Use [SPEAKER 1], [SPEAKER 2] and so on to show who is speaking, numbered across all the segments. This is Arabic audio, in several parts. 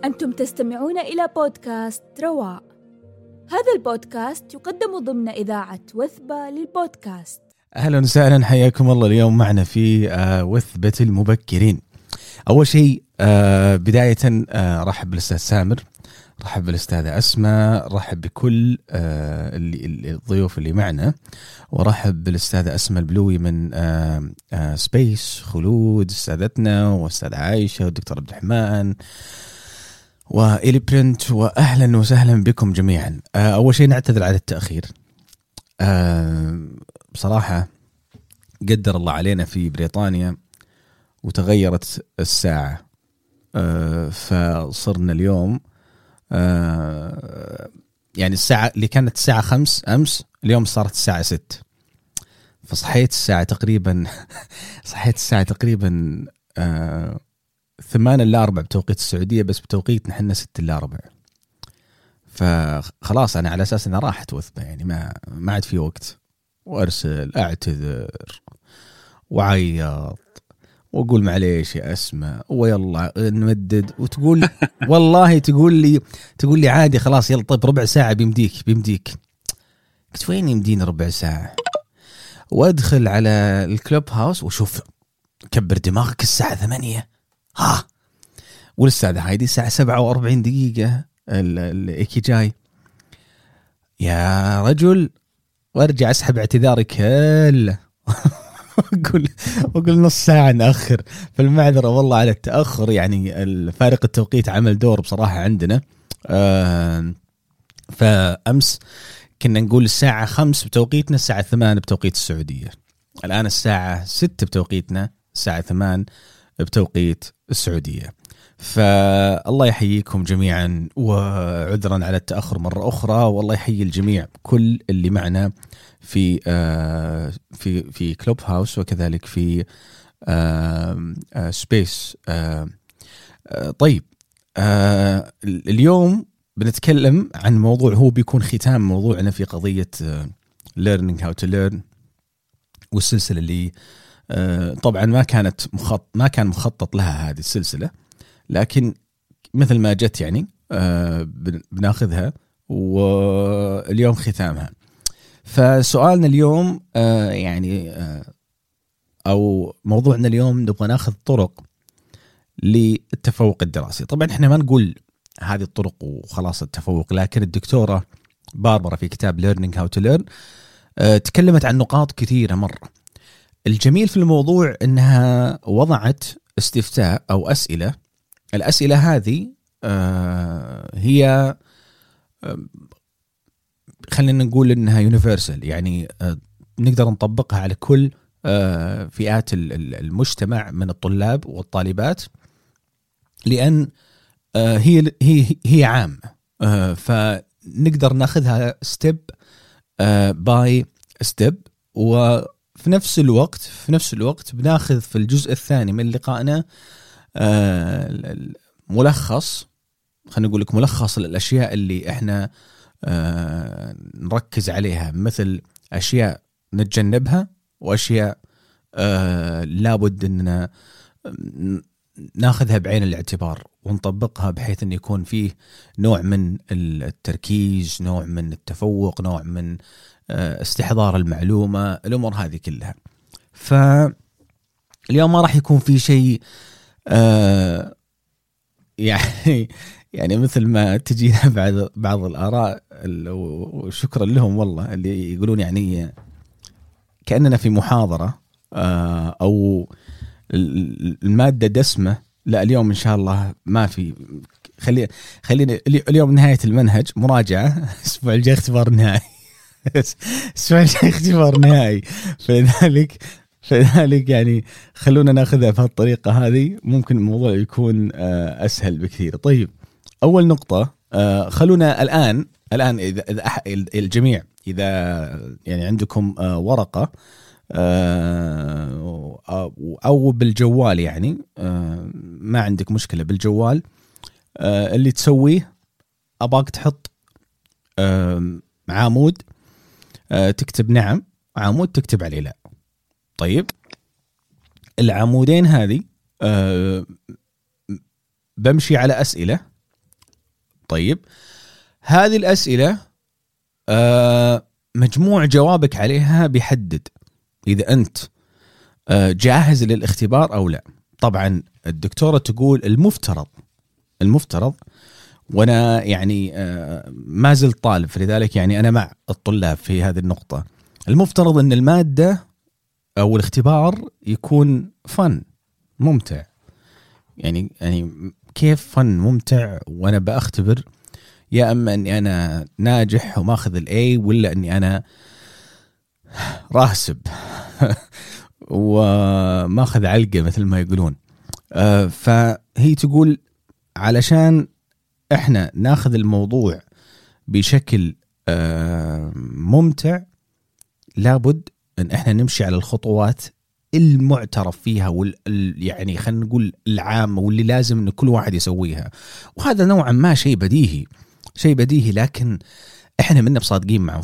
[SPEAKER 1] أنتم تستمعون إلى بودكاست رواء. هذا البودكاست يقدم ضمن إذاعة وثبة للبودكاست.
[SPEAKER 2] أهلا وسهلا، حياكم الله. اليوم معنا في وثبة المبكرين. أول شيء بداية رحب بالأستاذ سامر، رحب بالأستاذة أسماء، رحب بكل الضيوف اللي معنا، ورحب بالأستاذة أسماء البلوي من سبيس، خلود أستاذتنا، وأستاذ عايشة، والدكتور عبد الرحمن، وإلي برنت. وأهلا وسهلا بكم جميعا. أول شيء نعتذر على التأخير. بصراحة قدر الله علينا في بريطانيا وتغيرت الساعة، فصرنا اليوم يعني الساعة اللي كانت الساعة 5 أمس اليوم صارت الساعة 6. فصحيت الساعة تقريبا 8:45 بتوقيت السعودية، بس بتوقيتنا حنا 6:45. فخلاص أنا على أساس أنها راحت وثبة، يعني ما عاد في وقت، وأرسل أعتذر وعيط وأقول معليش يا أسماء ويلا نمدد، وتقول والله تقول لي عادي خلاص يلا طيب ربع ساعة بيمديك. قلت وين يمديني ربع ساعة؟ وأدخل على الكلوب هاوس وشوف كبر دماغك الساعة 8 والأستاذة هايدي الساعة 47 دقيقة الإيكي جاي يا رجل، وارجع اسحب اعتذاري كله وأقول نص ساعة نأخر. فالمعذرة والله على التأخر، يعني الفارق التوقيت عمل دور بصراحة عندنا. فأمس كنا نقول الساعة 5 بتوقيتنا، الساعة 8 بتوقيت السعودية. الآن الساعة 6 بتوقيتنا، الساعة 8 بتوقيت السعودية. فالله يحييكم جميعا، وعذرا على التأخر مرة أخرى، والله يحيي الجميع كل اللي معنا في كلوب هاوس، وكذلك في سبيس. طيب اليوم بنتكلم عن موضوع هو بيكون ختام موضوعنا في قضية learning how to learn، والسلسلة اللي طبعا ما كان مخطط لها هذه السلسلة، لكن مثل ما جت يعني بناخذها، واليوم ختامها. فسؤالنا اليوم أو موضوعنا اليوم نبغى ناخذ طرق للتفوق الدراسي. طبعا احنا ما نقول هذه الطرق وخلاص التفوق، لكن الدكتورة باربرا في كتاب Learning How to Learn تكلمت عن نقاط كثيرة مرة. الجميل في الموضوع أنها وضعت استفتاء أو أسئلة. الأسئلة هذه هي خلينا نقول أنها يونيفرسال، يعني نقدر نطبقها على كل فئات المجتمع من الطلاب والطالبات، لأن هي عامة. فنقدر ناخذها ستيب باي ستيب. وفي نفس الوقت بناخذ في الجزء الثاني من لقائنا ملخص، خلينا نقول لك ملخص للأشياء اللي احنا نركز عليها، مثل أشياء نتجنبها، وأشياء لابد أننا ناخذها بعين الاعتبار ونطبقها، بحيث أن يكون فيه نوع من التركيز، نوع من التفوق، نوع من استحضار المعلومة، الأمور هذه كلها. فاليوم ما راح يكون في شيء يعني مثل ما تجينا بعض الآراء، وشكرا لهم والله اللي يقولون يعني كأننا في محاضرة أو المادة دسمة. لا، اليوم إن شاء الله ما في. خلينا اليوم نهاية المنهج، مراجعة، الأسبوع الجاي اختبار نهائي. الأسبوع الجاي اختبار نهائي. فذلك يعني خلونا ناخذها بهالطريقة هذه، ممكن الموضوع يكون أسهل بكثير. طيب أول نقطة، خلونا الآن إذا الجميع إذا يعني عندكم ورقة أو بالجوال، يعني ما عندك مشكلة بالجوال، اللي تسويه أباك تحط عمود تكتب نعم، عمود تكتب عليه لا. طيب العمودين هذه بمشي على أسئلة طيب هذه الأسئلة مجموع جوابك عليها بيحدد إذا أنت جاهز للاختبار أو لا. طبعا الدكتورة تقول المفترض وأنا يعني ما زلت طالب، فلذلك يعني أنا مع الطلاب في هذه النقطة. المفترض أن المادة أو الاختبار يكون فن ممتع. يعني كيف فن ممتع وأنا بأختبر؟ يا أما أني أنا ناجح وماخذ الA، ولا أني أنا راسب وماخذ علقة مثل ما يقولون. فهي تقول علشان إحنا ناخذ الموضوع بشكل ممتع لابد أن إحنا نمشي على الخطوات المعترف فيها يعني خلينا نقول العامة واللي لازم أن كل واحد يسويها. وهذا نوعا ما شيء بديهي، لكن إحنا منا بصادقين مع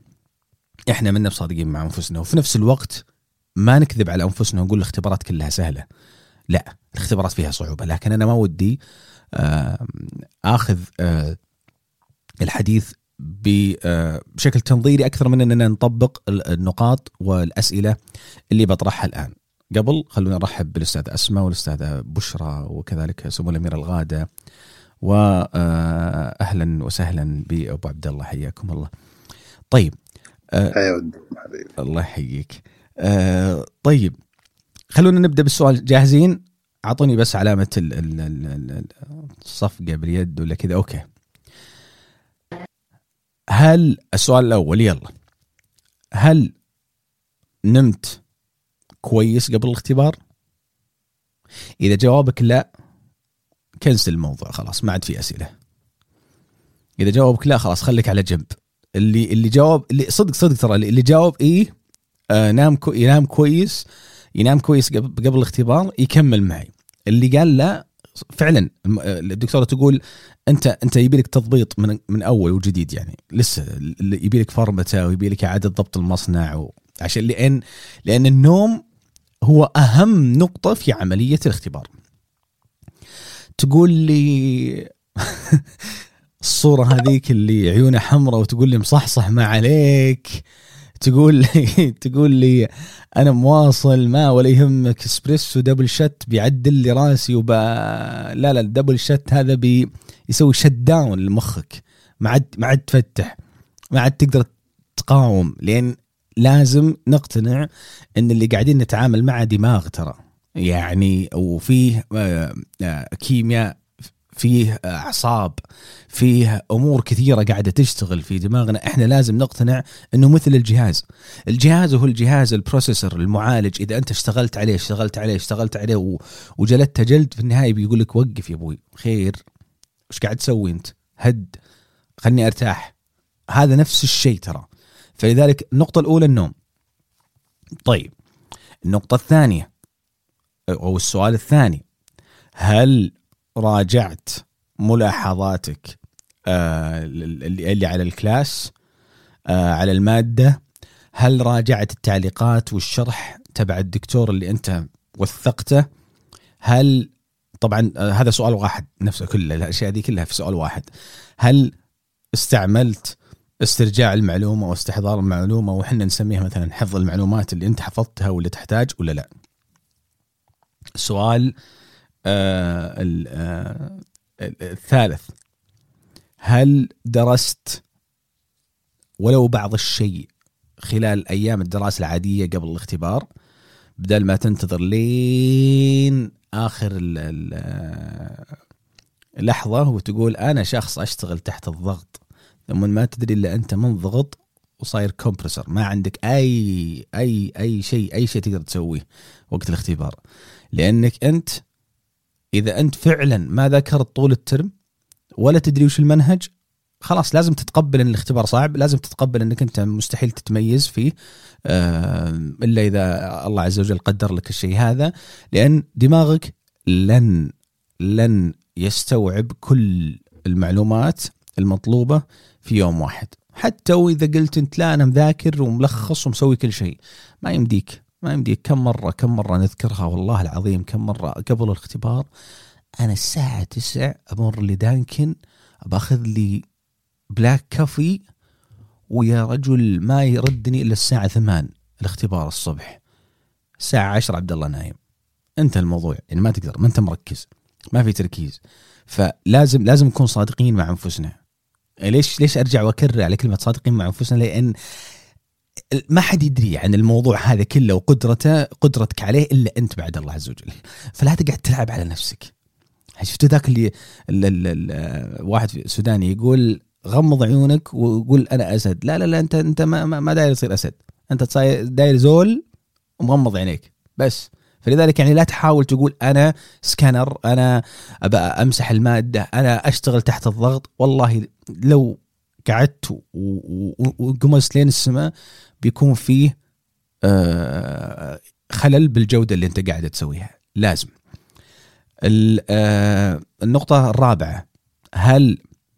[SPEAKER 2] أنفسنا، وفي نفس الوقت ما نكذب على أنفسنا ونقول الاختبارات كلها سهلة. لا، الاختبارات فيها صعوبة، لكن أنا ما ودي آخذ الحديث بشكل تنظيري أكثر من أننا نطبق النقاط والأسئلة اللي بطرحها الآن. قبل خلونا نرحب بالأستاذة أسماء والأستاذة بشرى وكذلك سمو الأميرة الغادة، وأهلا وسهلا بأبو عبد الله، حياكم الله. طيب الله يحييك. طيب خلونا نبدأ بالسؤال. جاهزين؟ أعطوني بس علامة الصفقة باليد ولا كذا. أوكي. هل السؤال الأول، يلا، هل نمت كويس قبل الاختبار؟ إذا جوابك لا، كنسل الموضوع، خلاص ما عاد في أسئلة. إذا جوابك لا، خلاص خليك على جنب. اللي جاوب، اللي صدق ترى اللي جاوب إيه ينام كويس قبل الاختبار يكمل معي. اللي قال لا فعلا الدكتورة تقول انت يبيلك تضبيط من اول وجديد، يعني لسه يبيلك فرمته ويبيلك اعاده ضبط المصنع، عشان لان النوم هو اهم نقطة في عملية الاختبار. تقول لي الصورة هذيك اللي عيونه حمراء وتقول لي مصحصح ما عليك، تقول لي انا مواصل ما ولا يهمك، اسبريسو دبل شت بيعدل لي راسي لا الدبل شت هذا بيسوي شت داون لمخك، ما عاد تفتح، ما عاد تقدر تقاوم. لان لازم نقتنع ان اللي قاعدين نتعامل معه دماغ ترى، يعني وفيه كيمياء، فيه أعصاب، فيه أمور كثيرة قاعدة تشتغل في دماغنا. إحنا لازم نقتنع إنه مثل الجهاز هو الجهاز البروسيسور المعالج. إذا أنت اشتغلت عليه وجلدت جلد، في النهاية بيقول لك وقف يا أبوي، خير وش قاعد تسوي أنت؟ هد، خلني أرتاح. هذا نفس الشيء ترى. فلذلك النقطة الأولى النوم. طيب النقطة الثانية أو السؤال الثاني، هل راجعت ملاحظاتك اللي على الكلاس، على المادة؟ هل راجعت التعليقات والشرح تبع الدكتور اللي أنت وثقته؟ هل طبعا هذا سؤال واحد نفسه، كل الأشياء دي كلها في سؤال واحد. هل استعملت استرجاع المعلومة واستحضار المعلومة، وحنا نسميها مثلا حفظ المعلومات اللي أنت حفظتها واللي تحتاج ولا لا؟ السؤال الثالث، هل درست ولو بعض الشيء خلال أيام الدراسة العادية قبل الاختبار، بدل ما تنتظر لين آخر اللحظة وتقول أنا شخص أشتغل تحت الضغط، ثم ما تدري إلا أنت منضغط وصاير كومبرسر، ما عندك أي شيء تقدر تسويه وقت الاختبار. لأنك أنت إذا أنت فعلا ما ذاكرت طول الترم ولا تدري وش المنهج، خلاص لازم تتقبل أن الاختبار صعب، لازم تتقبل أنك أنت مستحيل تتميز فيه إلا إذا الله عز وجل قدر لك الشيء هذا، لأن دماغك لن يستوعب كل المعلومات المطلوبة في يوم واحد. حتى وإذا قلت أنت لا أنا مذاكر وملخص ومسوي كل شيء، ما يمديك. كم مرة نذكرها والله العظيم، كم مرة قبل الاختبار أنا الساعة 9 أمر لدانكن باخذ لي بلاك كافي ويا رجل ما يردني إلا الساعة 8 الاختبار الصبح، الساعة 10 عبد الله نايم. أنت الموضوع يعني ما تقدر، ما أنت مركز، ما في تركيز. فلازم نكون صادقين مع أنفسنا. ليش أرجع وأكرر على كلمة صادقين مع أنفسنا؟ لأن ما حد يدري عن الموضوع هذا كله وقدرتك عليه إلا أنت بعد الله عز وجل. فلا تقعد تلعب على نفسك. شفت ذاك اللي واحد سوداني يقول غمض عيونك وقول أنا أسد. لا أنت ما داير تصير أسد، أنت داير زول ومغمض عينيك بس. فلذلك يعني لا تحاول تقول أنا سكانر، أنا أبى أمسح المادة، أنا أشتغل تحت الضغط. والله لو قعدت وقمصت لين السماء بيكون فيه خلل بالجودة اللي أنت قاعد تسويها. لازم. النقطة الرابعة، هل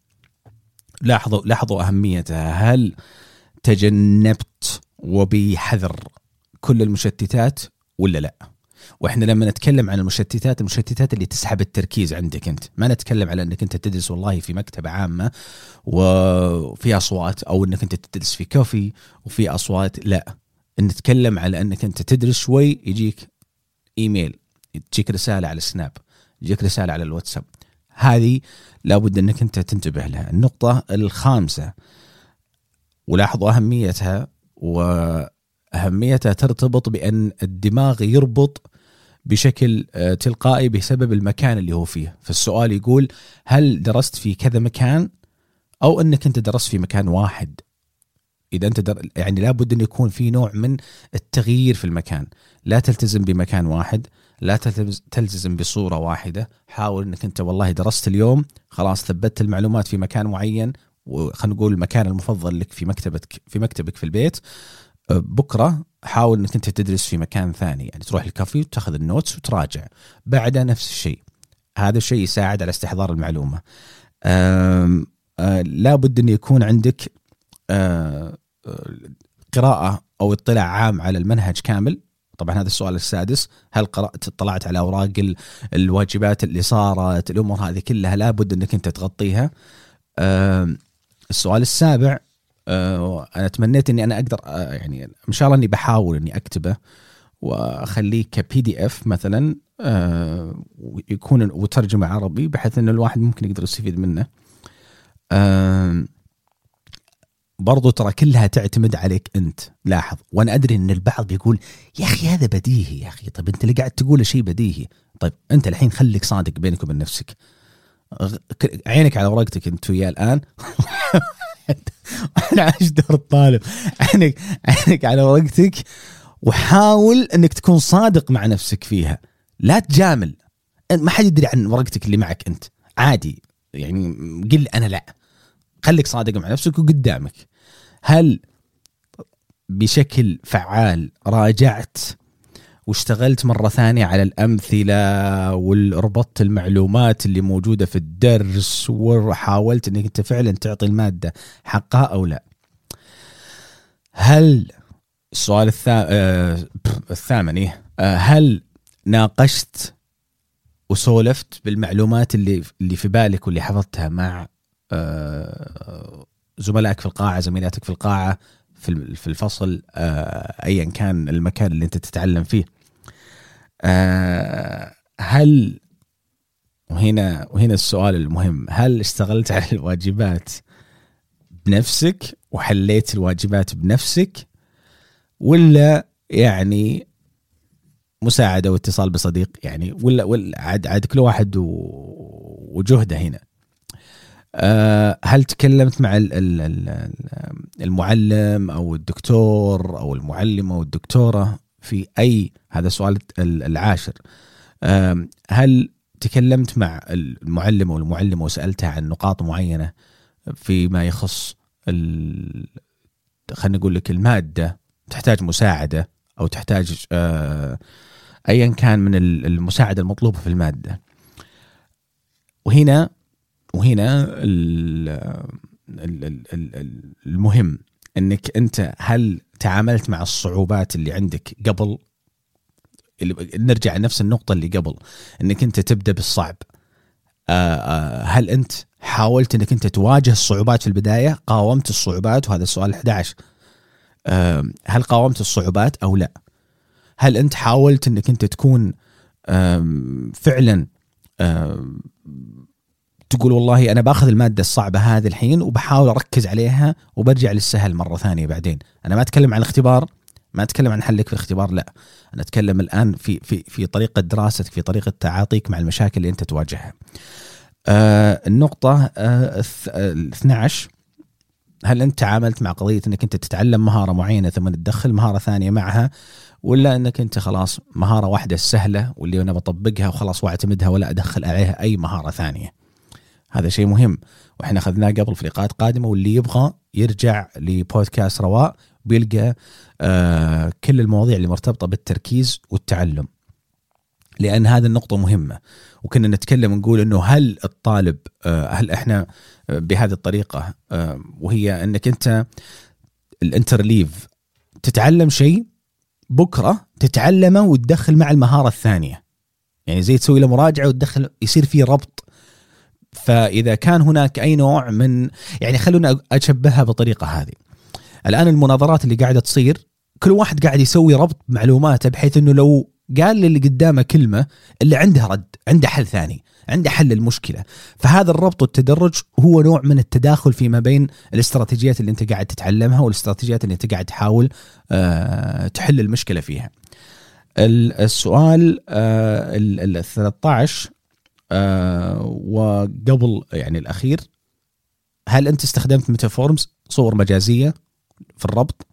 [SPEAKER 2] لاحظوا أهميتها، هل تجنبت وبحذر كل المشتتات ولا لا؟ وإحنا لما نتكلم عن المشتتات اللي تسحب التركيز عندك أنت، ما نتكلم على أنك أنت تدرس والله في مكتبة عامة وفي أصوات، أو أنك أنت تدرس في كافي وفي أصوات. لا، نتكلم على أنك أنت تدرس شوي يجيك إيميل، تجيك رسالة على السناب، يجيك رسالة على الواتساب. هذه لابد أنك أنت تنتبه لها. النقطة الخامسة، ولاحظوا أهميتها، وأهميتها ترتبط بأن الدماغ يربط بشكل تلقائي بسبب المكان اللي هو فيه. فالسؤال يقول هل درست في كذا مكان أو أنك أنت درست في مكان واحد؟ إذا أنت يعني لابد أن يكون في نوع من التغيير في المكان. لا تلتزم بمكان واحد، لا تلتزم بصورة واحدة. حاول أنك أنت والله درست اليوم خلاص، ثبتت المعلومات في مكان معين، وخلنا نقول المكان المفضل لك في مكتبك في البيت. بكرة حاول أنك أنت تدرس في مكان ثاني، يعني تروح الكافي وتأخذ النوتس وتراجع بعدها نفس الشيء. هذا الشيء يساعد على استحضار المعلومة. لابد أن يكون عندك قراءة أو اطلاع عام على المنهج كامل. طبعا هذا السؤال السادس، هل اطلعت على أوراق الواجبات اللي صارت، الأمور هذه كلها لابد أنك أنت تغطيها. السؤال السابع، أنا تمنيت أني أنا أقدر يعني إن شاء الله أني بحاول أني أكتبه وأخليه كPDF مثلا، ويكون وترجمة عربي بحيث أن الواحد ممكن يقدر يستفيد منه. برضو ترى كلها تعتمد عليك أنت. لاحظ، وأنا أدري أن البعض بيقول يا أخي هذا بديهي. يا أخي طيب أنت اللي قاعد تقوله شيء بديهي. طيب أنت الحين خليك صادق بينك وبين نفسك، عينك على ورقتك أنت ويا الآن. أنا عايش دور الطالب. عينك على ورقتك وحاول أنك تكون صادق مع نفسك فيها. لا تجامل، ما حد يدري عن ورقتك اللي معك أنت، عادي يعني. قل أنا لا، خليك صادق مع نفسك وقدامك. هل بشكل فعال راجعت واشتغلت مرة ثانية على الأمثلة وربطت المعلومات اللي موجودة في الدرس وحاولت أنك أنت فعلا تعطي المادة حقها أو لا؟ هل السؤال الثامن، هل ناقشت وسولفت بالمعلومات اللي في بالك واللي حفظتها مع زملائك في القاعة، زميلاتك في القاعة، في الفصل، أيا كان المكان اللي أنت تتعلم فيه؟ هل وهنا السؤال المهم، هل اشتغلت على الواجبات بنفسك وحليت الواجبات بنفسك، ولا يعني مساعدة واتصال بصديق يعني، ولا عاد كل واحد وجهده هنا؟ هل تكلمت مع المعلم أو الدكتور أو المعلمة أو الدكتورة في أي، هذا السؤال العاشر، هل تكلمت مع المعلم أو المعلمة وسألتها عن نقاط معينة فيما يخص خلينا نقول لك المادة، تحتاج مساعدة أو تحتاج أيا كان من المساعدة المطلوبة في المادة؟ وهنا المهم انك انت هل تعاملت مع الصعوبات اللي عندك قبل؟ نرجع لنفس النقطة اللي قبل، انك انت تبدأ بالصعب. هل انت حاولت انك انت تواجه الصعوبات في البداية؟ قاومت الصعوبات؟ وهذا السؤال 11. هل قاومت الصعوبات او لا؟ هل انت حاولت انك انت تكون فعلا تقول والله انا باخذ المادة الصعبة هذه الحين وبحاول اركز عليها وبرجع للسهل مرة ثانية بعدين؟ انا ما اتكلم عن الاختبار، ما اتكلم عن حلك في الاختبار، لا، انا اتكلم الان في طريقة دراستك، في طريقة تعاطيك مع المشاكل اللي انت تواجهها. النقطة 12، هل أنت تعاملت مع قضية أنك أنت تتعلم مهارة معينة ثم تدخل مهارة ثانية معها، ولا أنك أنت خلاص مهارة واحدة السهلة واللي أنا بطبقها وخلاص واعتمدها ولا أدخل عليها أي مهارة ثانية؟ هذا شيء مهم وإحنا أخذناه قبل في لقاءات قادمة، واللي يبغى يرجع لبودكاست رواء بيلقى كل المواضيع اللي مرتبطة بالتركيز والتعلم، لأن هذه النقطة مهمة. وكنا نتكلم ونقول أنه هل الطالب هل إحنا بهذه الطريقة وهي أنك أنت الانترليف تتعلم شيء بكرة تتعلمه وتدخل مع المهارة الثانية، يعني زي تسوي له مراجعة وتدخل يصير فيه ربط. فإذا كان هناك أي نوع من، يعني خلونا أشبهها بطريقة هذه، الآن المناظرات اللي قاعدة تصير كل واحد قاعد يسوي ربط معلوماته، بحيث أنه لو قال للي قدامه كلمة اللي عنده رد، عنده حل ثاني، عنده حل المشكلة. فهذا الربط والتدرج هو نوع من التداخل فيما بين الاستراتيجيات اللي انت قاعد تتعلمها والاستراتيجيات اللي انت قاعد تحاول تحل المشكلة فيها. السؤال 13 وقبل يعني الأخير، هل أنت استخدمت ميتافورمز، صور مجازية في الربط؟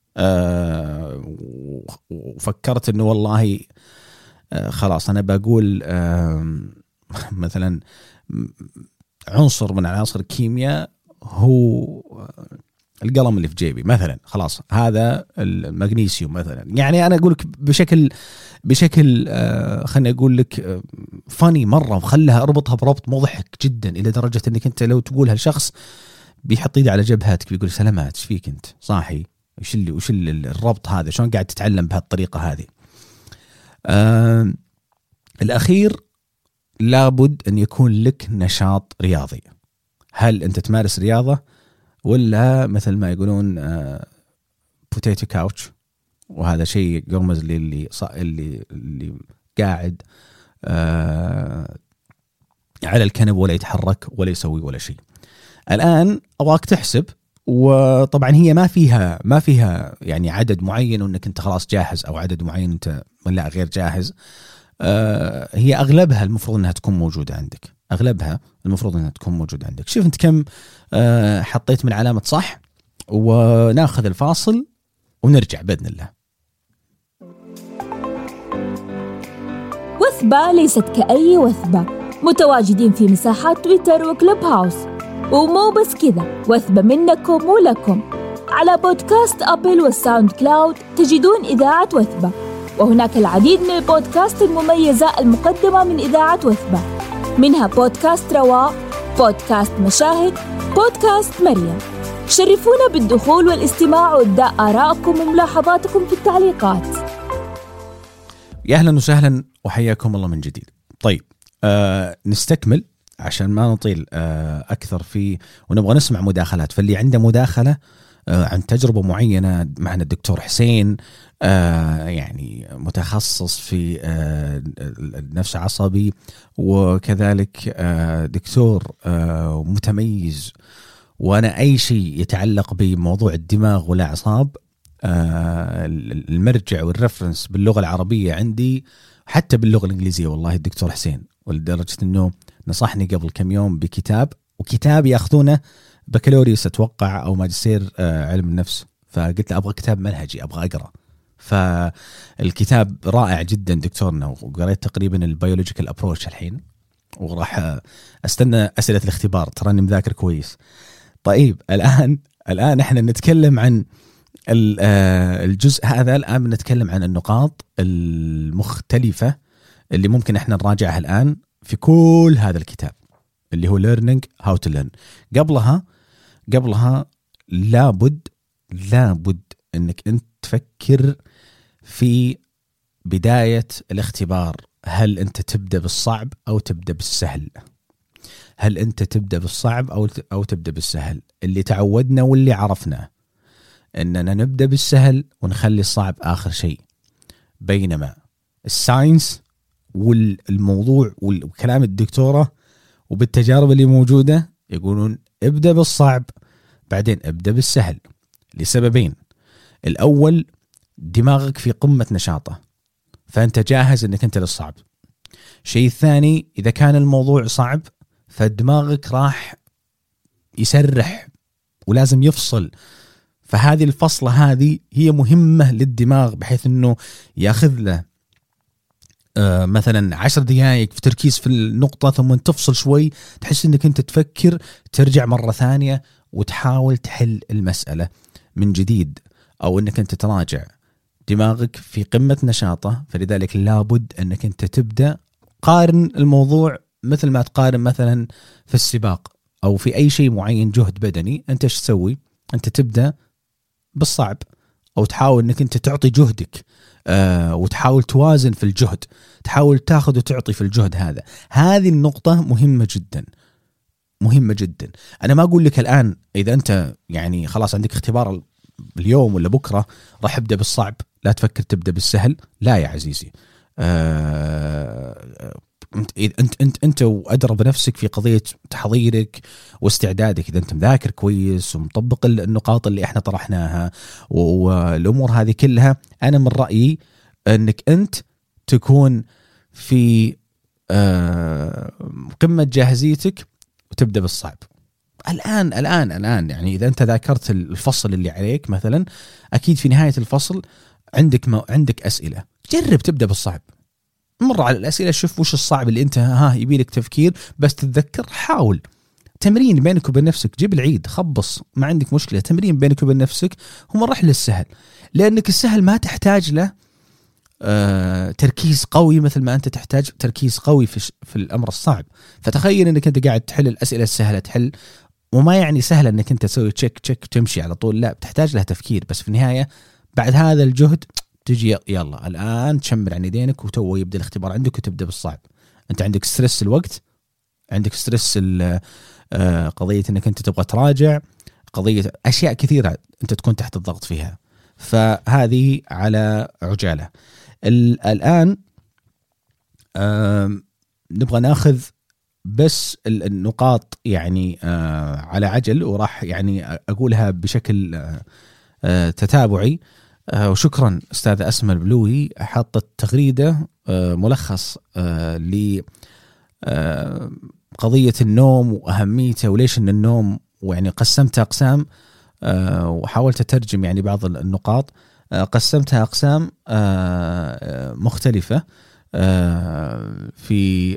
[SPEAKER 2] وفكرت انه والله خلاص انا بقول مثلا عنصر من عناصر الكيمياء هو القلم اللي في جيبي مثلا، خلاص هذا المغنيسيوم مثلا. يعني انا اقول لك بشكل خلني اقول لك فاني مره، وخلها اربطها بربط مضحك جدا الى درجه انك انت لو تقولها لشخص بيحط ايده على جبهتك بيقول سلامات، ايش فيك انت صاحي؟ وش الربط هذا؟ شلون قاعد تتعلم بهالطريقة هذه؟ الأخير، لابد أن يكون لك نشاط رياضي. هل أنت تمارس رياضة، ولا مثل ما يقولون بوتيتو كاوتش، وهذا شيء يرمز اللي قاعد على الكنب ولا يتحرك ولا يسوي ولا شيء. الآن أبغاك تحسب، وطبعا هي ما فيها يعني عدد معين وانك انت خلاص جاهز، او عدد معين انت لا غير جاهز. هي اغلبها المفروض انها تكون موجوده عندك، اغلبها المفروض انها تكون موجوده عندك. شوف انت كم حطيت من علامه صح، وناخذ الفاصل ونرجع باذن الله.
[SPEAKER 1] وثبة ليست كأي وثبة، متواجدين في مساحات تويتر وكلوب هاوس، ومو بس كذا، وثبة منكم ولكم. على بودكاست أبل والساوند كلاود تجدون إذاعة وثبة، وهناك العديد من البودكاست المميزة المقدمة من إذاعة وثبة، منها بودكاست رواء، بودكاست مشاهد، بودكاست مريم. شرفونا بالدخول والاستماع وإبداء آرائكم وملاحظاتكم في التعليقات.
[SPEAKER 2] يا أهلا وسهلا وحياكم الله من جديد. طيب نستكمل عشان ما نطيل أكثر فيه، ونبغى نسمع مداخلات. فاللي عنده مداخلة عن تجربة معينة، معنا الدكتور حسين يعني متخصص في النفس العصبي، وكذلك دكتور متميز، وأنا أي شيء يتعلق بموضوع الدماغ والأعصاب المرجع والرفرنس باللغة العربية عندي، حتى باللغة الإنجليزية والله الدكتور حسين، ولدرجة أنه نصحني قبل كم يوم بكتاب، وكتاب يأخذونه بكالوريوس أتوقع أو ماجستير علم النفس. فقلت له أبغى كتاب منهجي، أبغى أقرأ. فالكتاب رائع جدا دكتورنا، وقريت تقريبا البيولوجيكال أبروش الحين، وراح أستنى أسئلة الاختبار، تراني مذاكر كويس. طيب الآن احنا نتكلم عن الجزء هذا. الآن بنتكلم عن النقاط المختلفة اللي ممكن احنا نراجعها الآن في كل هذا الكتاب اللي هو learning how to learn. قبلها لابد انك انت تفكر في بداية الاختبار، هل انت تبدأ بالصعب او تبدأ بالسهل؟ هل أنت تبدأ بالصعب أو تبدأ بالسهل؟ اللي تعودنا واللي عرفنا أننا نبدأ بالسهل ونخلي الصعب آخر شيء، بينما الساينس والموضوع وكلام الدكتورة وبالتجارب اللي موجودة يقولون ابدأ بالصعب بعدين ابدأ بالسهل، لسببين. الأول، دماغك في قمة نشاطه فأنت جاهز أنك أنت للصعب. شيء الثاني، إذا كان الموضوع صعب فدماغك راح يسرح ولازم يفصل، فهذه الفصلة هذه هي مهمة للدماغ بحيث أنه يأخذ له مثلا 10 دقائق في تركيز في النقطة ثم تفصل شوي، تحس أنك أنت تفكر، ترجع مرة ثانية وتحاول تحل المسألة من جديد، أو أنك أنت تراجع. دماغك في قمة نشاطه، فلذلك لابد أنك أنت تبدأ. قارن الموضوع مثل ما تقارن مثلا في السباق أو في أي شيء معين، جهد بدني، أنت إيش تسوي؟ أنت تبدأ بالصعب أو تحاول أنك أنت تعطي جهدك وتحاول توازن في الجهد، تحاول تاخذ وتعطي في الجهد هذا. هذه النقطة مهمة جدا، مهمة جدا. أنا ما أقول لك الآن إذا أنت يعني خلاص عندك اختبار اليوم ولا بكرة راح ابدأ بالصعب، لا تفكر تبدأ بالسهل. لا يا عزيزي، انت وادرى بنفسك في قضيه تحضيرك واستعدادك. اذا انت مذاكر كويس ومطبق النقاط اللي احنا طرحناها والامور هذه كلها، انا من رايي انك انت تكون في قمه جاهزيتك وتبدا بالصعب الان. يعني اذا انت ذاكرت الفصل اللي عليك مثلا، اكيد في نهايه الفصل عندك اسئله، جرب تبدا بالصعب، مر على الأسئلة، شوف وش الصعب اللي أنت يبيلك تفكير، بس تتذكر. حاول تمرين بينك وبين نفسك، جيب العيد، خبص، ما عندك مشكلة. تمرين بينك وبين نفسك هم راح للسهل، لأنك السهل ما تحتاج له تركيز قوي مثل ما أنت تحتاج تركيز قوي في الأمر الصعب. فتخيل أنك أنت قاعد تحل الأسئلة السهلة، تحل، وما يعني سهل أنك أنت تسوي تشيك وتمشي على طول، لا، بتحتاج لها تفكير. بس في النهاية بعد هذا الجهد تجي يلا الآن تشمر عن يدينك وتو يبدأ الاختبار عندك وتبدأ بالصعب. أنت عندك ستريس الوقت، عندك ستريس قضية أنك أنت تبغى تراجع، قضية أشياء كثيرة أنت تكون تحت الضغط فيها، فهذه على عجالة. الآن نبغى ناخذ بس النقاط يعني على عجل، وراح يعني أقولها بشكل تتابعي. وشكرا أستاذة أسماء البلوي، حطت تغريدة ملخص لقضية النوم وأهميته وليش إن النوم، ويعني قسمتها أقسام وحاولت أترجم يعني بعض النقاط، قسمتها أقسام مختلفة في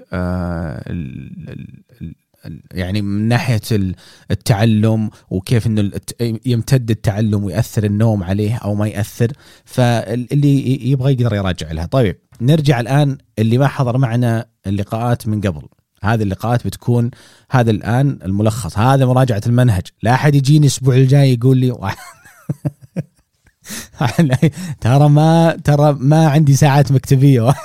[SPEAKER 2] يعني من ناحية التعلم وكيف إنه يمتد التعلم ويأثر النوم عليه أو ما يأثر، فاللي يبغى يقدر يراجع لها. طيب نرجع الآن، اللي ما حضر معنا اللقاءات من قبل، هذه اللقاءات بتكون، هذا الآن الملخص، هذا مراجعة المنهج. لا أحد يجيني الأسبوع الجاي يقول لي ترى ما عندي ساعات مكتبية.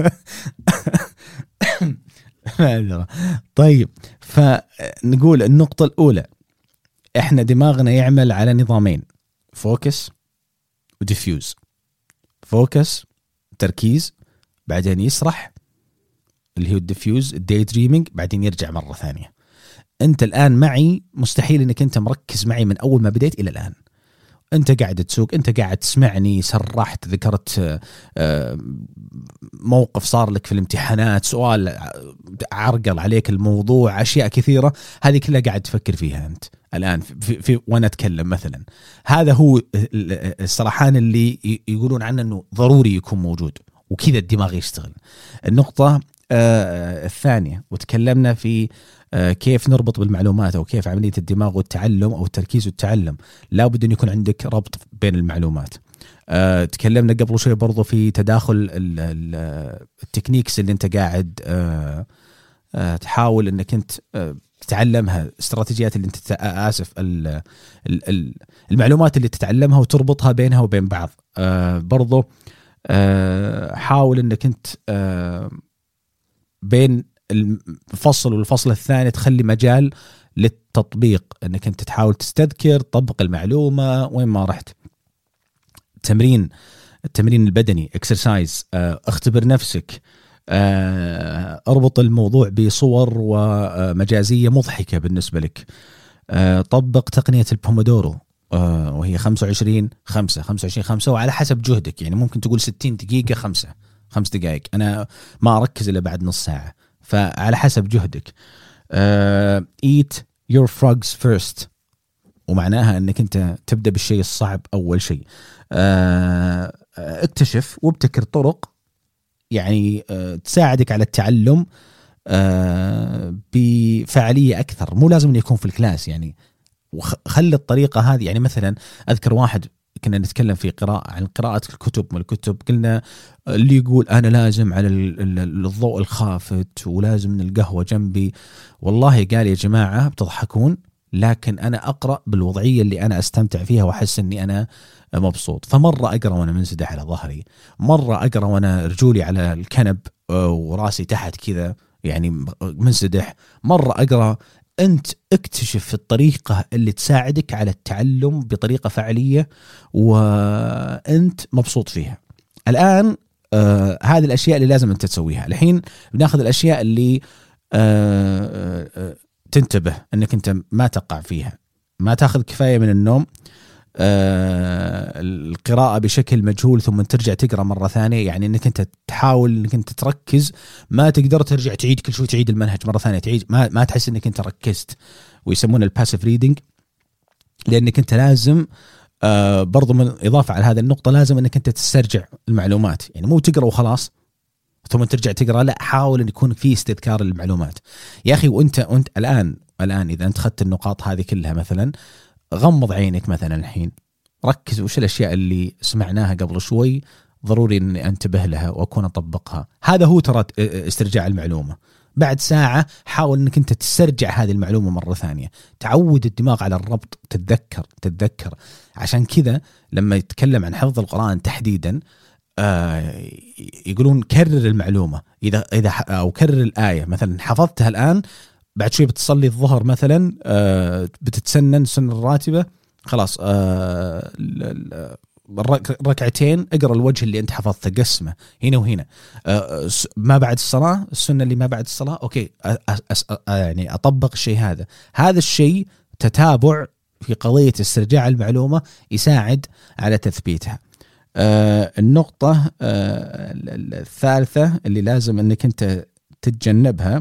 [SPEAKER 2] طيب، فنقول النقطة الأولى، إحنا دماغنا يعمل على نظامين، فوكس وديفيوز. فوكس تركيز، بعدين يسرح اللي هو الديفيوز الداي دريمينج، بعدين يرجع مرة ثانية. أنت الآن معي، مستحيل أنك أنت مركز معي من أول ما بديت إلى الآن. أنت قاعد تسوق، أنت قاعد تسمعني، سرحت، ذكرت موقف صار لك في الامتحانات، سؤال عرقل عليك الموضوع، أشياء كثيرة، هذه كلها قاعد تفكر فيها أنت الآن في وأنا أتكلم مثلا. هذا هو السرحان اللي يقولون عنه أنه ضروري يكون موجود، وكذا الدماغ يشتغل. النقطة الثانية، وتكلمنا في كيف نربط بالمعلومات، أو كيف عملية الدماغ والتعلم أو التركيز والتعلم لا بد أن يكون عندك ربط بين المعلومات. تكلمنا قبل شوي برضو في تداخل التكنيكس اللي أنت قاعد تحاول أنك أنت تتعلمها، استراتيجيات اللي أنت المعلومات اللي تتعلمها وتربطها بينها وبين بعض. برضو حاول أنك أنت بين الفصل والفصل الثاني تخلي مجال للتطبيق، انك انت تحاول تستذكر، تطبق المعلومة وين ما رحت. التمرين البدني اكسرسايز، اختبر نفسك، اربط الموضوع بصور ومجازية مضحكة بالنسبة لك، طبق تقنية البومودورو وهي 25-5 وعلى حسب جهدك. يعني ممكن تقول 60 دقيقة 5 دقائق، أنا ما أركز إلا بعد نص ساعة، فعلى حسب جهدك. eat your frogs first، ومعناها أنك أنت تبدأ بالشيء الصعب أول شيء. اكتشف وابتكر طرق يعني تساعدك على التعلم بفعالية أكثر، مو لازم أن يكون في الكلاس يعني، وخلي الطريقة هذه. يعني مثلا أذكر واحد كنا نتكلم في عن قراءة الكتب، قلنا اللي يقول أنا لازم على الضوء الخافت ولازم من القهوة جنبي، والله قال يا جماعة بتضحكون، لكن أنا أقرأ بالوضعية اللي أنا أستمتع فيها وأحس أني أنا مبسوط. فمرة أقرأ وأنا منسدح على ظهري، مرة أقرأ وأنا رجولي على الكنب وراسي تحت كذا يعني منسدح، مرة أقرأ. أنت اكتشف الطريقة اللي تساعدك على التعلم بطريقة فعالية وأنت مبسوط فيها. الآن هذه الأشياء اللي لازم أنت تسويها. الحين بناخذ الأشياء اللي تنتبه أنك أنت ما تقع فيها، ما تأخذ كفاية من النوم، القراءة بشكل مجهول ثم ترجع تقرأ مرة ثانية، يعني أنك أنت تحاول أنك أنت تركز، ما تقدر ترجع تعيد كل شوي تعيد المنهج مرة ثانية، تعيد ما تحس أنك أنت ركزت، ويسمونه الباسيف ريدينج. لأنك أنت لازم برضو من إضافة على هذه النقطة لازم أنك أنت تسترجع المعلومات، يعني مو تقرأ وخلاص ثم ترجع تقرأ، لا، حاول أن يكون في استذكار المعلومات يا أخي. وأنت الآن إذا أنت خدت النقاط هذه كلها، مثلا غمض عينك مثلا الحين، ركز وش الأشياء اللي سمعناها قبل شوي ضروري أني أنتبه لها وأكون أطبقها. هذا هو ترى استرجاع المعلومة. بعد ساعة حاول أنك أنت تسترجع هذه المعلومة مرة ثانية، تعود الدماغ على الربط، تتذكر. عشان كذا لما يتكلم عن حفظ القرآن تحديدا يقولون كرر المعلومة، إذا أو كرر الآية. مثلا حفظتها الآن، بعد شوي بتصلي الظهر مثلا، بتتسنن سنة الراتبة، خلاص ركعتين اقرأ الوجه اللي انت حفظته، قسمه هنا وهنا. ما بعد الصلاة، السنة اللي ما بعد الصلاة، اوكي يعني اطبق الشيء هذا الشيء تتابع في قضية استرجاع المعلومة يساعد على تثبيتها. النقطة الثالثة اللي لازم انك انت تتجنبها،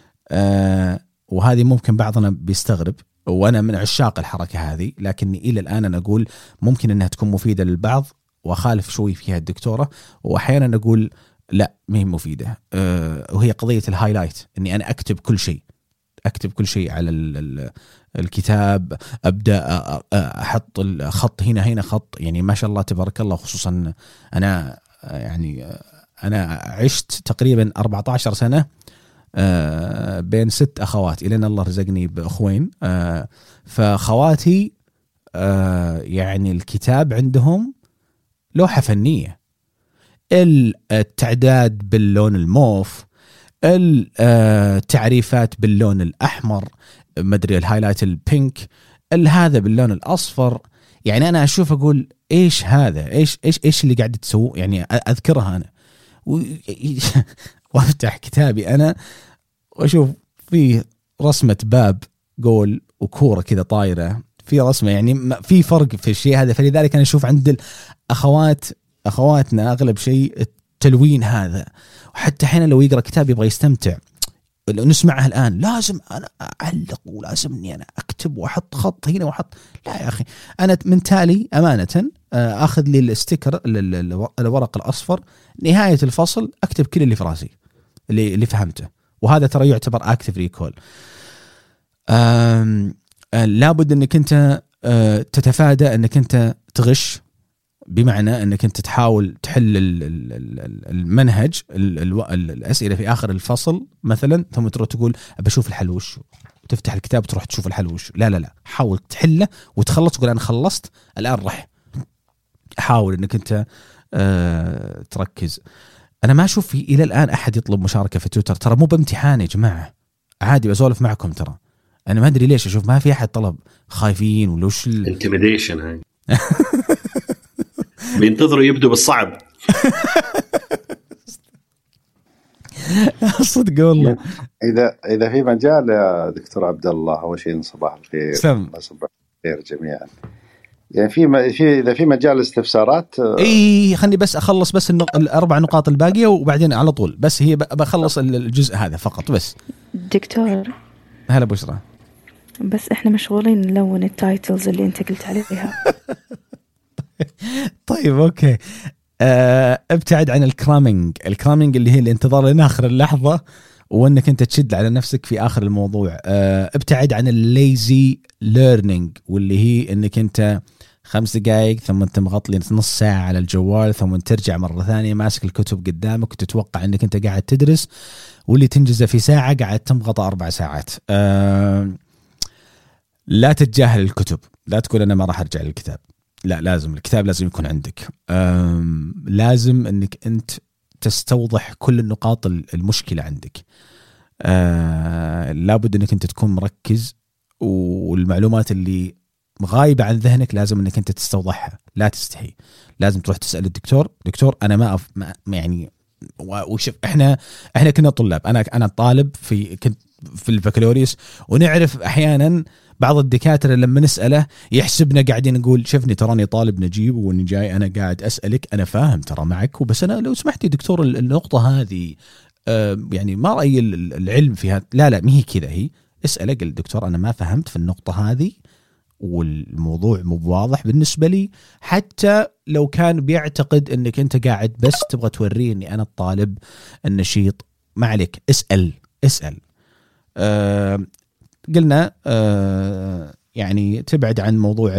[SPEAKER 2] وهذه ممكن بعضنا بيستغرب، وأنا من عشاق الحركة هذه، لكني إلى الآن أنا أقول ممكن أنها تكون مفيدة للبعض وأخالف شوي فيها الدكتورة، وأحيانا أقول لا ما هي مفيدة، وهي قضية الهايلايت، أني أنا أكتب كل شيء على الكتاب، أبدأ أحط الخط هنا خط، يعني ما شاء الله تبارك الله. خصوصا أنا أنا عشت تقريبا 14 سنة بين 6 أخوات، إلى أن الله رزقني بأخوين. فخواتي يعني الكتاب عندهم لوحة فنية، التعداد باللون الموف، التعريفات باللون الأحمر، مدري الهايلايت البينك، هذا باللون الأصفر. يعني أنا أشوف أقول إيش هذا، إيش اللي قاعد تسوي، يعني أذكرها أنا وافتح كتابي أنا وأشوف فيه رسمة باب جول وكورة كذا طايرة، في رسمة، يعني في فرق في الشيء هذا. فلذلك أنا أشوف عند أخواتنا أغلب شيء التلوين هذا. وحتى حين لو يقرأ كتاب يبغى يستمتع، لو نسمعها الآن لازم أنا أعلق ولازم إني أنا أكتب وأحط خط هنا وأحط، لا يا أخي، أنا من تالي أمانة أخذ لي الستيكر الورق الأصفر نهاية الفصل، أكتب كل اللي في راسي اللي فهمته، وهذا ترى يعتبر active recall. لابد أنك أنت تتفادى أنك أنت تغش، بمعنى أنك أنت تحاول تحل المنهج الأسئلة في آخر الفصل مثلا، ثم تروح تقول بشوف الحل وش، وتفتح الكتاب تروح تشوف الحل وش. لا، حاول تحله وتخلص، تقول أنا خلصت الآن، رح حاول أنك أنت تركز. انا ما اشوف الى الان احد يطلب مشاركه في تويتر، ترى مو بامتحان يا جماعه، عادي بسولف معكم. ترى انا ما ادري ليش اشوف ما في احد طلب، خايفين ولا وش
[SPEAKER 3] انتميديشن هاي بينتظروا يبدوا بالصعب.
[SPEAKER 2] صدق والله.
[SPEAKER 4] اذا في مجال يا دكتور عبد الله، اول شيء صباح الخير. صباح الخير جميعا. يعني اذا في مجال استفسارات،
[SPEAKER 2] اي خلني بس اخلص بس الاربع نقاط الباقيه وبعدين على طول، بس هي بخلص الجزء هذا فقط بس.
[SPEAKER 5] دكتور
[SPEAKER 2] هلا بشرى،
[SPEAKER 5] بس احنا مشغولين نلون التايتلز اللي انت قلت عليها.
[SPEAKER 2] طيب اوكي. ابتعد عن الكرامينج اللي هي الانتظار لين اخر اللحظه وانك انت تشد على نفسك في اخر الموضوع. ابتعد عن الليزي ليرنينج، واللي هي انك انت 5 دقائق ثم انت مغطي نص ساعه على الجوال ثم ترجع مره ثانيه ماسك الكتب قدامك وتتوقع انك انت قاعد تدرس، واللي تنجزه في ساعه قاعد تمغط 4 ساعات. لا تتجاهل الكتب، لا تقول انا ما راح ارجع للكتاب، لا، لازم الكتاب لازم يكون عندك. لازم انك انت تستوضح كل النقاط المشكلة عندك. لابد انك انت تكون مركز، والمعلومات اللي غايبة عن ذهنك لازم انك انت تستوضحها، لا تستحي. لازم تروح تسأل الدكتور، دكتور انا ما يعني وشوف احنا كنا طلاب، انا طالب كنت في البكالوريوس، ونعرف احيانا بعض الدكاترة لما نسأله يحسبنا قاعدين نقول شفني تراني طالب نجيب واني جاي انا قاعد اسألك، انا فاهم ترى معك، وبس انا لو سمحتي دكتور النقطة هذه يعني ما رأي العلم فيها، لا ما هي كذا، هي اسأله قل دكتور انا ما فهمت في النقطة هذه والموضوع مو واضح بالنسبة لي. حتى لو كان بيعتقد انك انت قاعد بس تبغى توريه اني انا الطالب النشيط، ما عليك، اسأل. قلنا يعني تبعد عن موضوع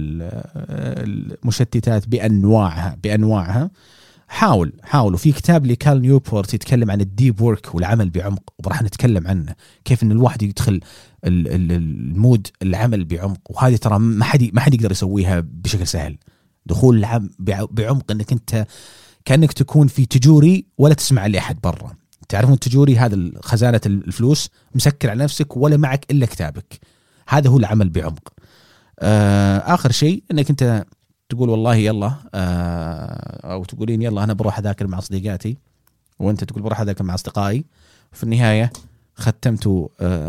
[SPEAKER 2] المشتتات بأنواعها. حاول وفي كتاب لكارل نيوبورت يتكلم عن الديب وورك والعمل بعمق، وراح نتكلم عنه كيف ان الواحد يدخل المود العمل بعمق، وهذه ترى ما حد يقدر يسويها بشكل سهل. دخول بعمق انك انت كأنك تكون في تجوري ولا تسمع لأحد برا. تعرفون التجوري هذا خزانة الفلوس، مسكر على نفسك ولا معك إلا كتابك، هذا هو العمل بعمق. آخر شيء أنك أنت تقول والله يلا، أو تقولين يلا أنا بروح أذاكر مع أصدقائي، وأنت تقول بروح أذاكر مع أصدقائي، في النهاية ختمتوا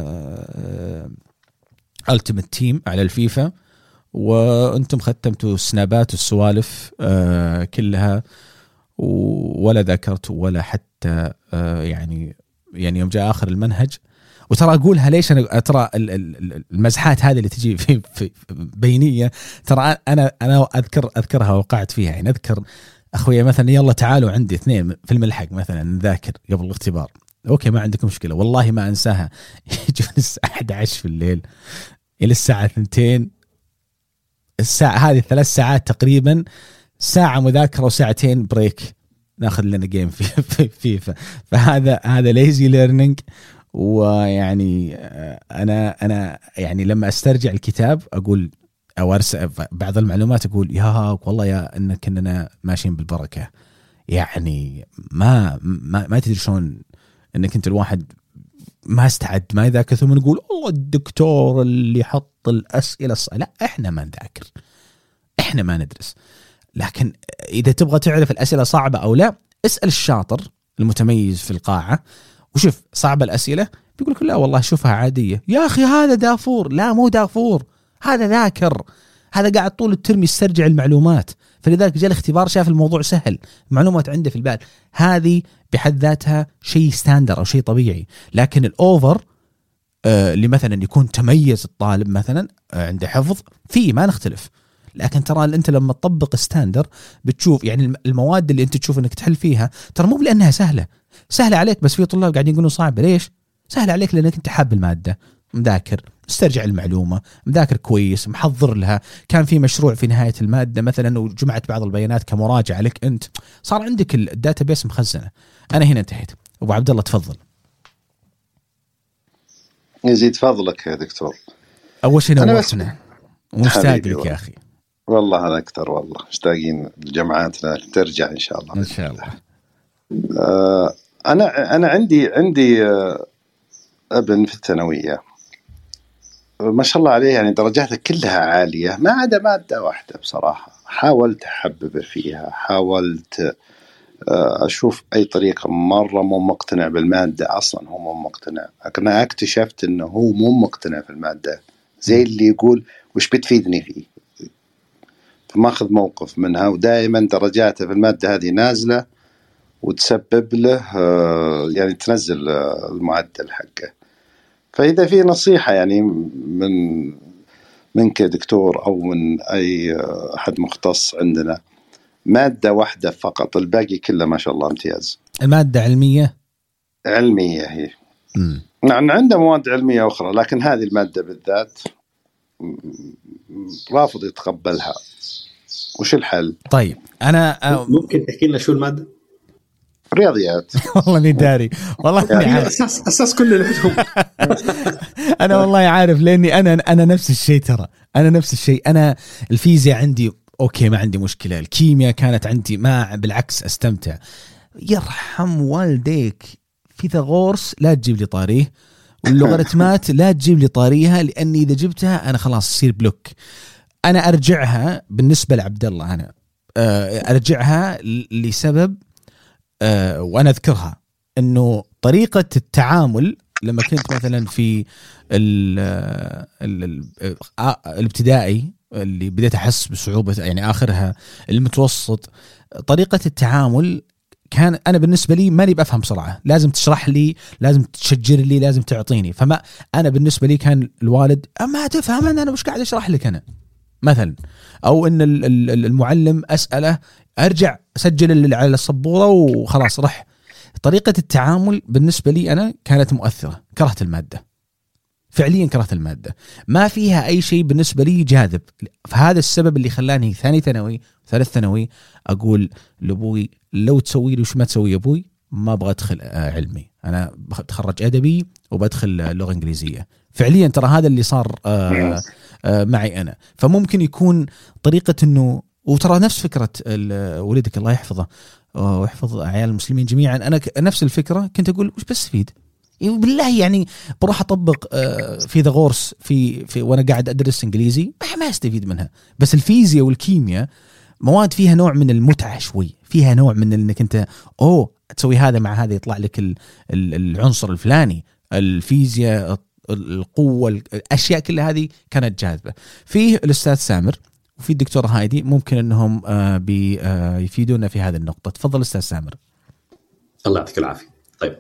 [SPEAKER 2] Ultimate Team على الفيفا، وأنتم ختمتوا السنابات والسوالف كلها، ولا ذكرت ولا حتى يعني يوم جاء آخر المنهج. وترى أقولها ليش أنا ترى المزحات هذه اللي تجي في بينية، ترى أنا أذكرها وقعت فيها. يعني أذكر أخويا مثلا يلا تعالوا عندي 2 في الملحق مثلا نذاكر قبل الاختبار، أوكي ما عندكم مشكلة، والله ما أنساها. يجون الساعة 11 في الليل إلى الساعة 2، الساعة هذه 3 ساعات تقريبا، ساعة مذاكرة وساعتين بريك، ناخذ لنا جيم في فيفا. فهذا ليزي ليرنينج. ويعني أنا يعني لما أسترجع الكتاب أقول أو أرسل بعض المعلومات أقول يا والله يا إن كنا ماشيين بالبركة. يعني ما تدري شلون إنك أنت الواحد ما استعد ما يذاكر ثم نقول الله الدكتور اللي حط الأسئلة لا إحنا ما نذاكر، إحنا ما ندرس. لكن إذا تبغى تعرف الأسئلة صعبة أو لا، اسأل الشاطر المتميز في القاعة وشوف صعبة الأسئلة، بيقول لك لا والله شوفها عادية. يا أخي هذا دافور، لا مو دافور، هذا ذاكر، هذا قاعد طول الترم يسترجع المعلومات، فلذلك جاء الاختبار شاف الموضوع سهل، معلومات عنده في البال. هذه بحد ذاتها شيء ستاندر أو شيء طبيعي. لكن الأوفر اللي مثلا يكون تميز الطالب مثلا عنده حفظ فيه ما نختلف، لكن ترى أنت لما تطبق ستاندر بتشوف يعني المواد اللي أنت تشوف أنك تحل فيها ترى مو لأنها سهلة عليك، بس في طلاب قاعدين يقولون صعبة. ليش سهلة عليك؟ لأنك أنت حاب المادة، مذاكر، استرجع المعلومة، مذاكر كويس، محضر لها، كان في مشروع في نهاية المادة مثلا وجمعت بعض البيانات كمراجعة لك، أنت صار عندك الداتابيس مخزنة. أنا هنا انتهيت. أبو عبد الله تفضل.
[SPEAKER 4] يزيد فضلك يا دكتور.
[SPEAKER 2] أول شيء نورتنا ومشتاق لك يا أخي.
[SPEAKER 4] والله أنا أكثر، والله مشتاقين جمعاتنا ترجع إن شاء الله.
[SPEAKER 2] إن شاء الله.
[SPEAKER 4] أنا عندي ابن في الثانوية ما شاء الله عليه، يعني درجاته كلها عالية ما عدا مادة واحدة بصراحة. حاولت أحببه فيها، حاولت أشوف أي طريقة، مرة مو مقتنع بالمادة أصلا، هو مو مقتنع. لكن أنا اكتشفت أنه هو مو مقتنع في المادة، زي اللي يقول وش بتفيدني فيه، فما أخذ موقف منها، ودائما درجاته في المادة هذه نازلة وتسبب له يعني تنزل المعدل حقه. فإذا في نصيحة يعني منك دكتور أو من أي أحد مختص عندنا، مادة واحدة فقط، الباقي كله ما شاء الله امتياز.
[SPEAKER 2] المادة علمية
[SPEAKER 4] هي نعم عندنا مواد علمية أخرى، لكن هذه المادة بالذات رافض يتقبلها. وش الحل؟
[SPEAKER 2] طيب أنا
[SPEAKER 3] ممكن تحكي لنا شو المادة؟
[SPEAKER 4] رياضيات.
[SPEAKER 2] والله اني داري، والله اني عارف
[SPEAKER 3] اساس كل العلوم.
[SPEAKER 2] انا والله عارف، لاني انا نفس الشيء، ترى انا نفس الشيء. انا الفيزياء عندي اوكي ما عندي مشكله، الكيمياء كانت عندي ما بالعكس استمتع. يرحم والديك فيثاغورس لا تجيب لي طاريه، واللوغاريتمات لا تجيب لي طاريها، لاني اذا جبتها انا خلاص اصير بلوك. انا ارجعها بالنسبه لعبد الله، انا ارجعها لسبب وأنا أذكرها، أنه طريقة التعامل لما كنت مثلا في الابتدائي اللي بديت أحس بصعوبة، يعني آخرها المتوسط، طريقة التعامل كان أنا بالنسبة لي ماني بفهم بسرعة، لازم تشرح لي، لازم تشجر لي، لازم تعطيني. فما أنا بالنسبة لي كان الوالد ما تفهم أنا وش قاعد أشرح لك أنا مثلا، أو أن المعلم أسأله أرجع أسجل على السبورة وخلاص رح. طريقة التعامل بالنسبة لي أنا كانت مؤثرة، كرهت المادة فعليا، كرهت المادة، ما فيها أي شيء بالنسبة لي جاذب. فهذا السبب اللي خلاني ثاني ثانوي ثالث ثانوي أقول لأبوي لو تسوي لي وش ما تسوي يا أبوي، ما أبغى أدخل علمي، أنا بتخرج أدبي وبدخل لغة إنجليزية. فعليا ترى هذا اللي صار معي أنا. فممكن يكون طريقة أنه، وترى نفس فكرة ولدك الله يحفظه ويحفظ عيال المسلمين جميعا، أنا نفس الفكرة كنت أقول وش بستفيد بالله، يعني بروح أطبق فيثاغورس في وأنا قاعد أدرس إنجليزي ما استفيد منها. بس الفيزياء والكيمياء مواد فيها نوع من المتعة شوي، فيها نوع من إنك أنت تسوي هذا مع هذا يطلع لك العنصر الفلاني. الفيزياء القوة الأشياء كلها هذه كانت جاذبة. فيه الأستاذ سامر وفي الدكتورة هايدي ممكن أنهم يفيدونا في هذه النقطة. تفضل أستاذ سامر.
[SPEAKER 3] الله يعطيك العافية. طيب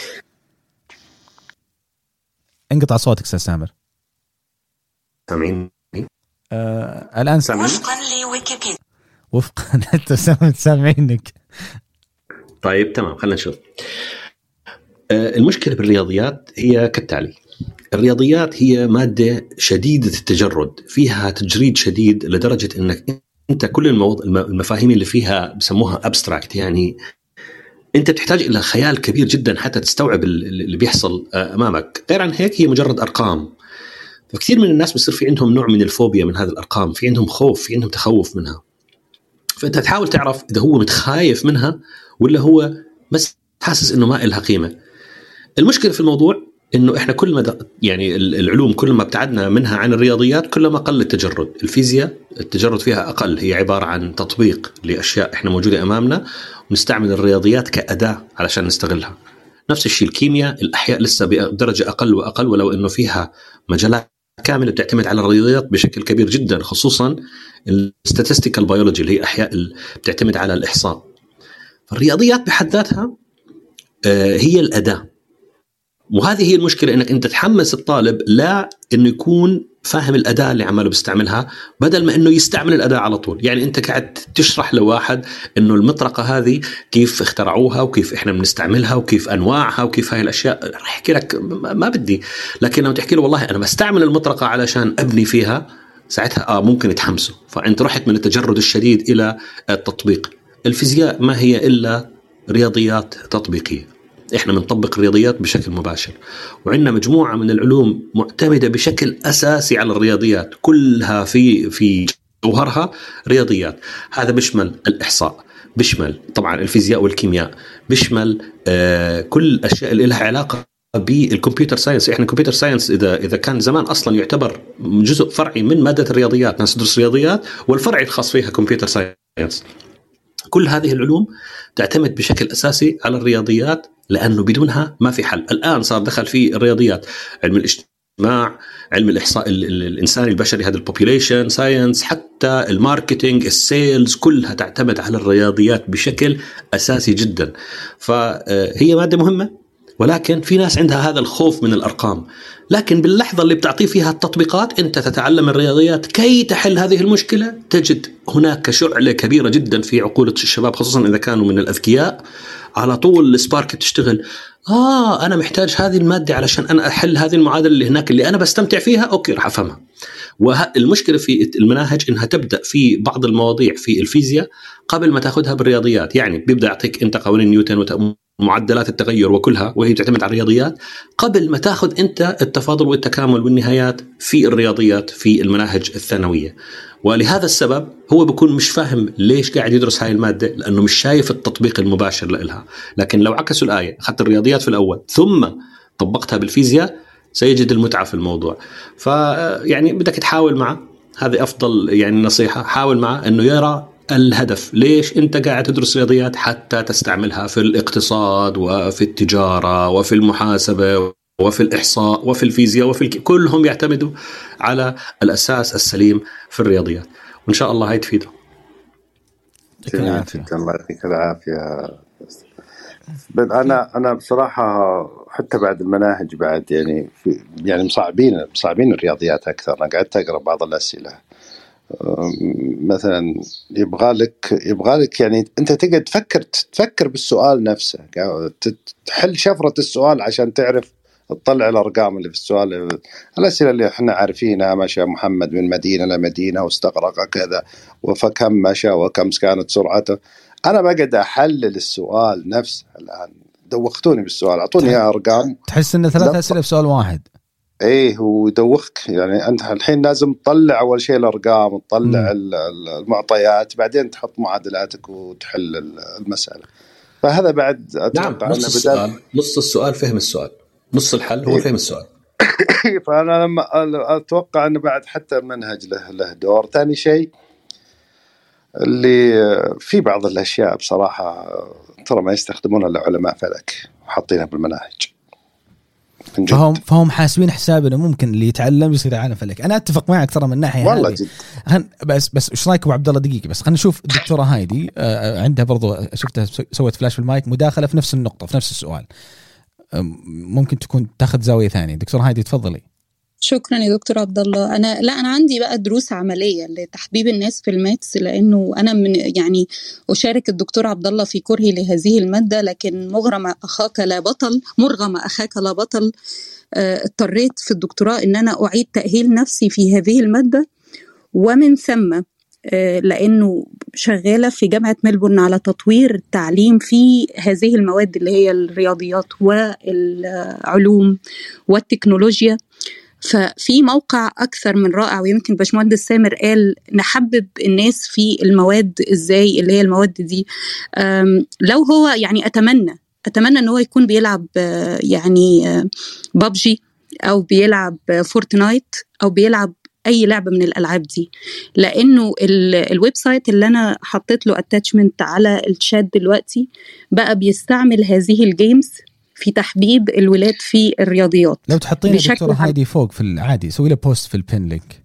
[SPEAKER 2] انقطع صوتك أستاذ سامر.
[SPEAKER 3] سامعيني؟
[SPEAKER 2] الآن
[SPEAKER 6] وفقا لويكيبيديا.
[SPEAKER 2] وفقا أنت سامعينك.
[SPEAKER 3] طيب تمام، خلينا نشوف. المشكلة بالرياضيات هي كالتالي. الرياضيات هي مادة شديدة التجرد، فيها تجريد شديد لدرجة أنك أنت كل المفاهيم اللي فيها بسموها abstract، يعني أنت بتحتاج إلى خيال كبير جدا حتى تستوعب اللي بيحصل أمامك. غير عن هيك هي مجرد أرقام، فكثير من الناس بيصير في عندهم نوع من الفوبيا من هذه الأرقام، في عندهم خوف، في عندهم تخوف منها. فأنت تحاول تعرف إذا هو متخايف منها ولا هو بس حاسس إنه ما إلها قيمة. المشكلة في الموضوع إنه إحنا كل ما يعني العلوم كل ما ابتعدنا منها عن الرياضيات كل ما قل التجرد. الفيزياء التجرد فيها أقل، هي عبارة عن تطبيق لأشياء إحنا موجودة أمامنا، ونستعمل الرياضيات كأداة علشان نستغلها. نفس الشيء الكيمياء، الأحياء لسه بدرجة أقل وأقل، ولو إنه فيها مجالات كاملة بتعتمد على الرياضيات بشكل كبير جدا، خصوصا الستاتستيكال بيولوجي اللي هي أحياء بتعتمد على الإحصاء. فالرياضيات بحد ذاتها هي الأداة، وهذه هي المشكلة، إنك أنت تحمس الطالب لا إنه يكون فاهم الأداة اللي عماله بيستعملها بدل ما إنه يستعمل الأداة على طول. يعني أنت قاعد تشرح لواحد إنه المطرقة هذه كيف اخترعوها وكيف إحنا بنستعملها وكيف أنواعها وكيف هاي الأشياء، رح أحكي لك ما بدي. لكن لو تحكي له والله أنا بستعمل المطرقة علشان أبني فيها، ساعتها ممكن يتحمسوا. فأنت رحت من التجرد الشديد إلى التطبيق. الفيزياء ما هي إلا رياضيات تطبيقية، إحنا بنطبق الرياضيات بشكل مباشر، وعندنا مجموعة من العلوم معتمدة بشكل أساسي على الرياضيات، كلها في جوهرها رياضيات. هذا بيشمل الإحصاء، بيشمل طبعا الفيزياء والكيمياء، بيشمل كل الأشياء اللي لها علاقة بالكمبيوتر ساينس. احنا الكمبيوتر ساينس اذا كان زمان اصلا يعتبر جزء فرعي من ماده الرياضيات، ناس تدرس رياضيات والفرع الخاص فيها كمبيوتر ساينس. كل هذه العلوم تعتمد بشكل اساسي على الرياضيات، لانه بدونها ما في حل. الان صار دخل في الرياضيات علم الاجتماع، علم الاحصاء الانساني البشري، هذا البوبوليشن ساينس، حتى الماركتينج، السيلز، كلها تعتمد على الرياضيات بشكل اساسي جدا. فهي ماده مهمه، ولكن في ناس عندها هذا الخوف من الأرقام. لكن باللحظة اللي بتعطيه فيها التطبيقات، أنت تتعلم الرياضيات كي تحل هذه المشكلة، تجد هناك شعلة كبيرة جدا في عقول الشباب، خصوصا إذا كانوا من الأذكياء، على طول السبارك تشتغل. أنا محتاج هذه المادة علشان أنا أحل هذه المعادلة اللي هناك اللي أنا بستمتع فيها، أوكي رح أفهمها. والمشكلة في المناهج إنها تبدأ في بعض المواضيع في الفيزياء قبل ما تأخذها بالرياضيات. يعني بيبدأ يعطيك أنت قوانين نيوتن معدلات التغير وكلها، وهي تعتمد على الرياضيات، قبل ما تاخذ انت التفاضل والتكامل والنهايات في الرياضيات في المناهج الثانويه. ولهذا السبب هو بيكون مش فاهم ليش قاعد يدرس هاي الماده، لانه مش شايف التطبيق المباشر لها. لكن لو عكسوا الايه، اخذت الرياضيات في الاول ثم طبقتها بالفيزياء، سيجد المتعه في الموضوع. فيعني بدك تحاول معه، هذه افضل يعني نصيحه، حاول معه انه يرى الهدف. ليش أنت قاعد تدرس رياضيات؟ حتى تستعملها في الاقتصاد وفي التجارة وفي المحاسبة وفي الإحصاء وفي الفيزياء وفي كلهم يعتمدوا على الأساس السليم في الرياضيات. وإن شاء الله هاي تفيده.
[SPEAKER 4] الله يعطيك العافية. أنا بصراحة حتى بعد المناهج بعد يعني مصعبين الرياضيات أكثر. أنا قعدت أقرأ بعض الأسئلة، مثلا يبغى لك يعني انت تقعد تفكر بالسؤال نفسه، تحل شفرة السؤال عشان تعرف تطلع الارقام اللي في السؤال. الاسئله اللي احنا عارفينها، مشى محمد من مدينه لمدينه واستغرق كذا، وفكم مشى وكم كانت سرعته. انا بقعد احلل السؤال نفسه. الان دوختوني بالسؤال، اعطوني ارقام،
[SPEAKER 2] تحس ان 3 اسئله في سؤال واحد.
[SPEAKER 4] ايه ودوخك. يعني انت الحين لازم تطلع اول شيء الارقام وتطلع المعطيات، بعدين تحط معادلاتك وتحل المساله. فهذا بعد اتوقع
[SPEAKER 3] نص السؤال فهم السؤال، نص الحل هو فهم السؤال.
[SPEAKER 4] فانا لما اتوقع ان بعد حتى المنهج له دور. ثاني شيء اللي في بعض الاشياء بصراحه ترى ما يستخدمونها الا علماء فلك وحاطينها بالمناهج.
[SPEAKER 2] فهم حاسبين حساب انه ممكن اللي يتعلم يصير عالم فلك. انا اتفق معك ترى من ناحيه
[SPEAKER 4] والله جد.
[SPEAKER 2] بس ايش رايك ابو عبد الله؟ دقيقه بس، خلينا نشوف الدكتوره هايدي عندها برضو، شفتها سوت فلاش في المايك مداخله في نفس النقطه في نفس السؤال، ممكن تكون تاخذ زاويه ثانيه. دكتوره هايدي تفضلي.
[SPEAKER 6] شكرا يا دكتور عبد الله. انا عندي بقى دروس عمليه لتحبيب الناس في الماتس، لانه انا يعني اشارك الدكتور عبد الله في كرهي لهذه الماده، لكن مرغم اخاك لا بطل. اضطريت في الدكتوراه ان انا اعيد تاهيل نفسي في هذه الماده، ومن ثم لانه شغاله في جامعه ملبورن على تطوير التعليم في هذه المواد اللي هي الرياضيات والعلوم والتكنولوجيا. ففي موقع أكثر من رائع، ويمكن باشمهندس سامر قال نحبب الناس في المواد إزاي، اللي هي المواد دي. لو هو يعني أتمنى أنه هو يكون بيلعب يعني بابجي أو بيلعب فورتنايت أو بيلعب أي لعبة من الألعاب دي، لأنه الويب سايت اللي أنا حطيت له اتاتشمنت على الشات دلوقتي بقى بيستعمل هذه الجيمز في تحبيب الولاد في الرياضيات.
[SPEAKER 2] لو تحطين دكتورة هايدي فوق في العادي، سوي له بوست في البين لينك.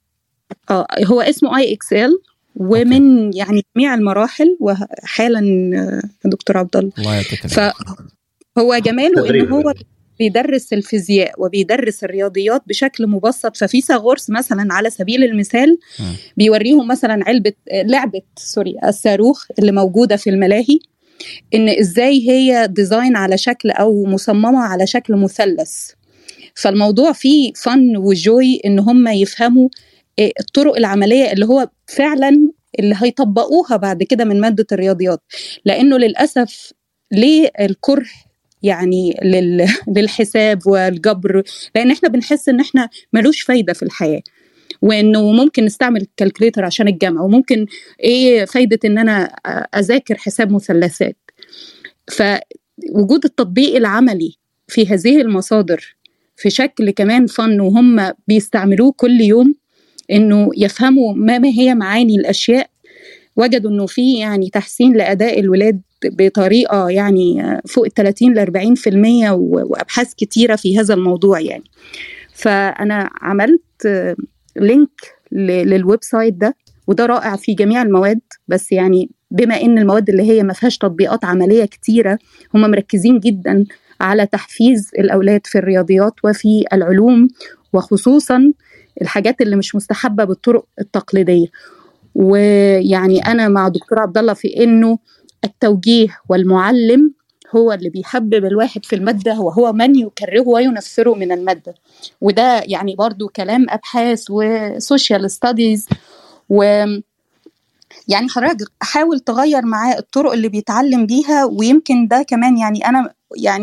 [SPEAKER 6] هو اسمه IXL، ومن أوكي. يعني جميع المراحل، وحالا دكتور عبد الله فهو جماله إنه هو بيدرس الفيزياء وبيدرس الرياضيات بشكل مبسط. ففي ساغورس مثلا على سبيل المثال بيوريهم مثلا لعبة الصاروخ اللي موجودة في الملاهي، إن إزاي هي ديزاين على شكل أو مصممة على شكل مثلث. فالموضوع فيه فن وجوي إن هم يفهموا الطرق العملية اللي هو فعلا اللي هيطبقوها بعد كده من مادة الرياضيات. لأنه للأسف ليه الكره يعني للحساب والجبر؟ لأن إحنا بنحس إن إحنا ملوش فايدة في الحياة. وانه ممكن نستعمل الكالكوليتر عشان الجمع، وممكن ايه فايدة ان انا اذاكر حساب مثلثات. فوجود التطبيق العملي في هذه المصادر في شكل كمان فن وهم بيستعملوه كل يوم، انه يفهموا ما هي معاني الاشياء، وجدوا انه في يعني تحسين لاداء الولاد بطريقه يعني فوق 30 ل 40%، وابحاث كتيره في هذا الموضوع يعني. فانا عملت لينك للويب سايت ده، وده رائع في جميع المواد، بس يعني بما ان المواد اللي هي ما فيهاش تطبيقات عمليه كتيره، هم مركزين جدا على تحفيز الاولاد في الرياضيات وفي العلوم، وخصوصا الحاجات اللي مش مستحبه بالطرق التقليديه. ويعني انا مع دكتور عبد الله في انه التوجيه والمعلم هو اللي بيحبب الواحد في المادة، وهو من يكرهه وينفره من المادة. وده يعني برضو كلام أبحاث وسوشيال ستاديز، ويعني حضرتك حاول تغير معاه الطرق اللي بيتعلم بيها. ويمكن ده كمان يعني أنا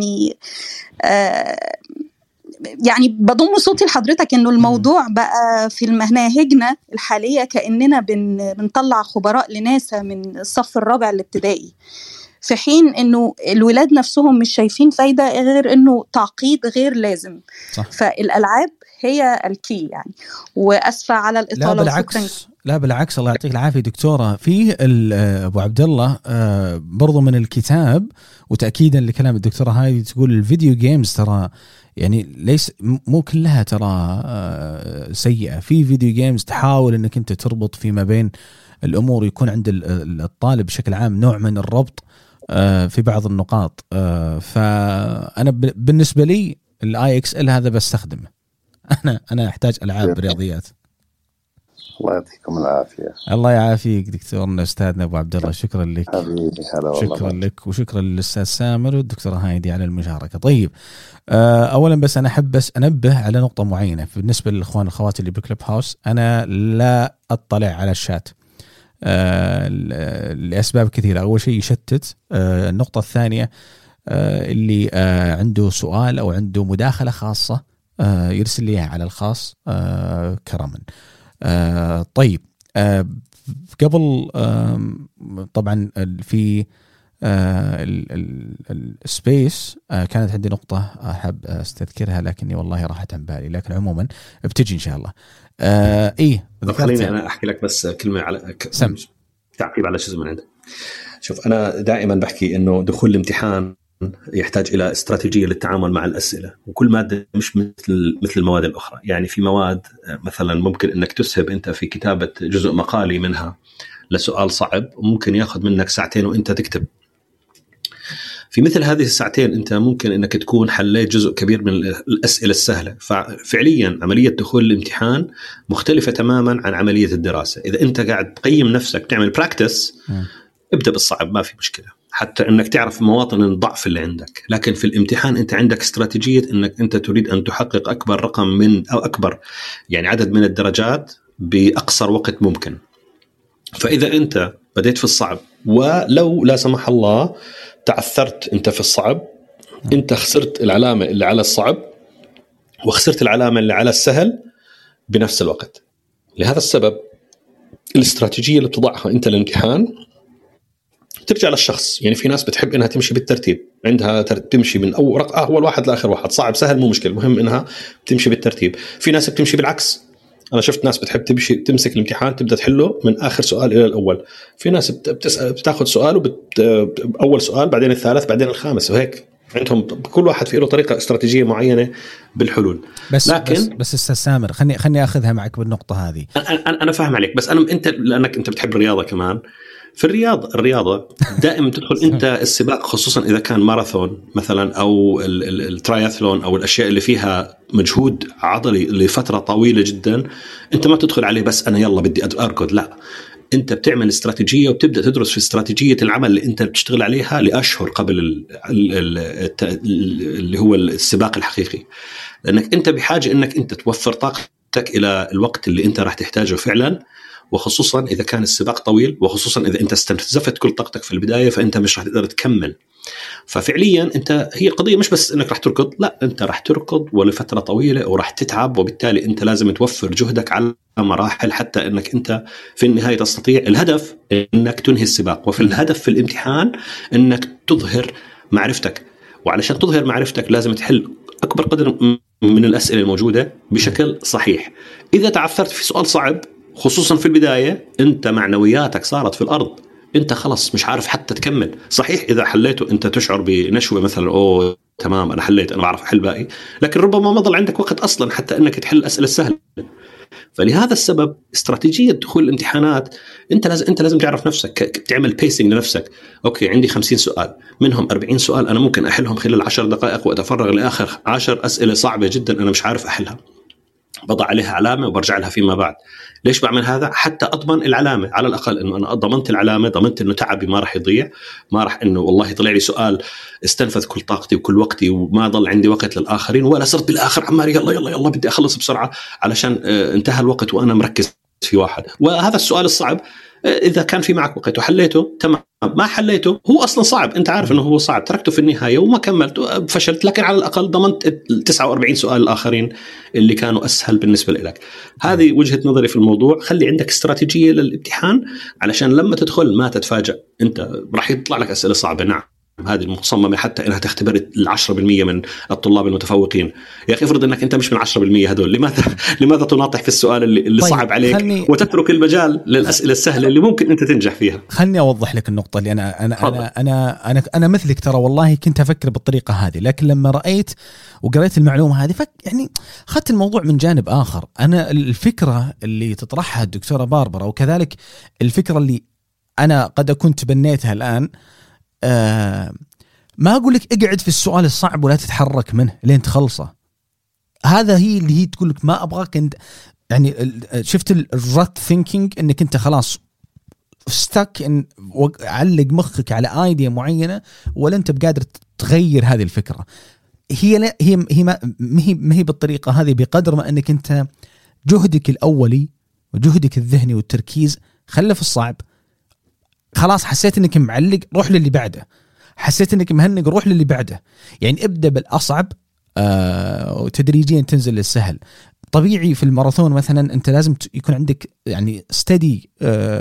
[SPEAKER 6] يعني بضم صوتي لحضرتك إنه الموضوع بقى في مناهجنا الحالية كأننا بنطلع خبراء لناسا من الصف الرابع الابتدائي، في حين انه الولاد نفسهم مش شايفين فايدة غير انه تعقيد غير لازم. صح. فالالعاب هي الكي يعني. واسفة على الاطالة.
[SPEAKER 2] لا بالعكس الله يعطيك العافية دكتورة. في ابو عبد الله برضو من الكتاب، وتأكيدا لكلام الدكتورة هاي، تقول الفيديو جيمز ترى يعني ليس مو كلها ترى سيئة. في فيديو جيمز تحاول انك انت تربط فيما بين الامور، يكون عند الطالب بشكل عام نوع من الربط في بعض النقاط. فأنا بالنسبة لي الIXL هذا بستخدمه. أنا أحتاج ألعاب رياضيات.
[SPEAKER 4] الله يعطيكم العافية.
[SPEAKER 2] الله يعافيك دكتورنا أستاذنا أبو عبد الله، شكرا لك.
[SPEAKER 4] حبيبي هلا والله.
[SPEAKER 2] شكرا لك وشكرا للأستاذ سامر والدكتورة هايدي على المشاركة. طيب أولا بس أنا أحب بس أنبه على نقطة معينة بالنسبة للإخوان والأخوات اللي بكلب هاوس. أنا لا أطلع على الشات لأسباب كثيرة. أول شيء يشتت. النقطة الثانية اللي عنده سؤال أو عنده مداخلة خاصة يرسل لي على الخاص كرما. طيب قبل طبعا في السبيس كانت عندي نقطة أحب أستذكرها لكني والله راحت عن بالي، لكن عموما بتجي إن شاء الله. إيه
[SPEAKER 3] خليني أنا أحكي لك بس كلمة على تعقيب على شيء من عندك. شوف أنا دائما بحكي إنه دخول الامتحان يحتاج إلى استراتيجية للتعامل مع الأسئلة، وكل مادة مش مثل المواد الأخرى. يعني في مواد مثلا ممكن إنك تسهب أنت في كتابة جزء مقالي منها لسؤال صعب، وممكن ياخذ منك ساعتين وأنت تكتب. في مثل هذه الساعتين أنت ممكن إنك تكون حليت جزء كبير من الأسئلة السهلة. ففعليا عملية دخول الامتحان مختلفة تماما عن عملية الدراسة. إذا أنت قاعد تقيم نفسك تعمل براكتس، ابدأ بالصعب ما في مشكلة، حتى أنك تعرف مواطن الضعف اللي عندك. لكن في الامتحان أنت عندك استراتيجية أنك أنت تريد أن تحقق أكبر رقم من أو أكبر يعني عدد من الدرجات بأقصر وقت ممكن. فإذا أنت بديت في الصعب ولو لا سمح الله تعثرت أنت في الصعب، أنت خسرت العلامة اللي على الصعب وخسرت العلامة اللي على السهل بنفس الوقت. لهذا السبب الاستراتيجية اللي بتضعها أنت للامتحان ترجع للشخص. يعني في ناس بتحب إنها تمشي بالترتيب، عندها تمشي من أول واحد لآخر واحد، صعب سهل مو مشكلة، مهم إنها تمشي بالترتيب. في ناس بتمشي بالعكس. أنا شفت ناس بتحب تمسك الامتحان تبدأ تحله من آخر سؤال إلى الأول. في ناس بتاخد سؤال أول سؤال بعدين الثالث بعدين الخامس، وهيك عندهم كل واحد في له طريقة استراتيجية معينة بالحلول.
[SPEAKER 2] لكن بس أستاذ سامر خلني أخذها معك بالنقطة هذه.
[SPEAKER 3] أنا فاهم عليك، بس أنت لأنك أنت بتحب الرياضة كمان. في الرياضة دائما تدخل أنت السباق، خصوصا إذا كان ماراثون مثلا أو التراياثلون أو الأشياء اللي فيها مجهود عضلي لفترة طويلة جدا. أنت ما تدخل عليه بس أنا يلا بدي أركض، لا، أنت بتعمل استراتيجية وبتبدأ تدرس في استراتيجية العمل اللي أنت بتشتغل عليها لأشهر قبل اللي هو السباق الحقيقي. لأنك أنت بحاجة أنك أنت توفر طاقتك إلى الوقت اللي أنت راح تحتاجه فعلا، وخصوصا إذا كان السباق طويل، وخصوصا إذا أنت استنزفت كل طاقتك في البداية فأنت مش راح تقدر تكمل ففعليا انت هي القضيه مش بس انك راح تركض، لا انت راح تركض ولفتره طويله وراح تتعب، وبالتالي انت لازم توفر جهدك على مراحل حتى انك انت في النهايه تستطيع. الهدف انك تنهي السباق، وفي الهدف في الامتحان انك تظهر معرفتك، وعلشان تظهر معرفتك لازم تحل اكبر قدر من الاسئله الموجوده بشكل صحيح. اذا تعثرت في سؤال صعب خصوصا في البدايه انت معنوياتك صارت في الارض، انت خلص مش عارف حتى تكمل. صحيح اذا حليته انت تشعر بنشوه مثلا، اوه تمام انا حليت انا بعرف احل باقي، لكن ربما ما ضل عندك وقت اصلا حتى انك تحل الاسئله السهله. فلهذا السبب استراتيجيه دخول الامتحانات انت لازم تعرف نفسك، تعمل بيسنج لنفسك. اوكي عندي 50 سؤال منهم 40 سؤال انا ممكن احلهم خلال 10 دقائق واتفرغ لاخر 10 اسئله صعبه جدا انا مش عارف احلها، بضع عليها علامة وبرجع لها فيما بعد. ليش بعمل هذا؟ حتى أضمن العلامة، على الأقل إنه أنا ضمنت العلامة، ضمنت إنه تعبي ما راح يضيع، ما راح إنه والله طلع لي سؤال استنفذ كل طاقتي وكل وقتي وما ضل عندي وقت للآخرين، ولا صرت بالآخر عمار يلا بدي أخلص بسرعة علشان انتهى الوقت وأنا مركز في واحد. وهذا السؤال الصعب إذا كان في معك وقت وحليته تمام، ما حليته هو أصلا صعب، أنت عارف أنه هو صعب، تركته في النهاية وما كملته فشلت، لكن على الأقل ضمنت 49 سؤال الآخرين اللي كانوا أسهل بالنسبة لك. هذه وجهة نظري في الموضوع. خلي عندك استراتيجية للامتحان علشان لما تدخل ما تتفاجأ، أنت راح يطلع لك أسئلة صعبة، نعم هذه المصممة حتى إنها تختبر 10% من الطلاب المتفوقين. يا أخي افرض إنك أنت مش من 10% هذول، لماذا تناطح في السؤال اللي طيب صعب عليك وتترك المجال للأسئلة السهلة اللي ممكن أنت تنجح فيها؟
[SPEAKER 2] خلني أوضح لك النقطة اللي أنا مثلك ترى والله كنت أفكر بالطريقة هذه، لكن لما رأيت وقرأت المعلومة هذه يعني أخذت الموضوع من جانب آخر. أنا الفكرة اللي تطرحها الدكتورة باربرا وكذلك الفكرة اللي أنا قد أكون تبنيتها الآن، ما أقول لك اقعد في السؤال الصعب ولا تتحرك منه لين تخلصه. هذا هي اللي هي تقول لك ما أبغاك أنت، يعني شفت الرات ثينكينج انك انت خلاص ستك ان علق مخك على ايديا معينه ولا انت بقادر تغير هذه الفكره. هي ما هي بالطريقه هذه، بقدر ما انك انت جهدك الاولي وجهدك الذهني والتركيز خله في الصعب. خلاص حسيت انك معلق روح للي بعده، حسيت انك مهنق روح للي بعده. يعني ابدا بالاصعب وتدريجيا تنزل للسهل. طبيعي في الماراثون مثلا انت لازم يكون عندك يعني ستدي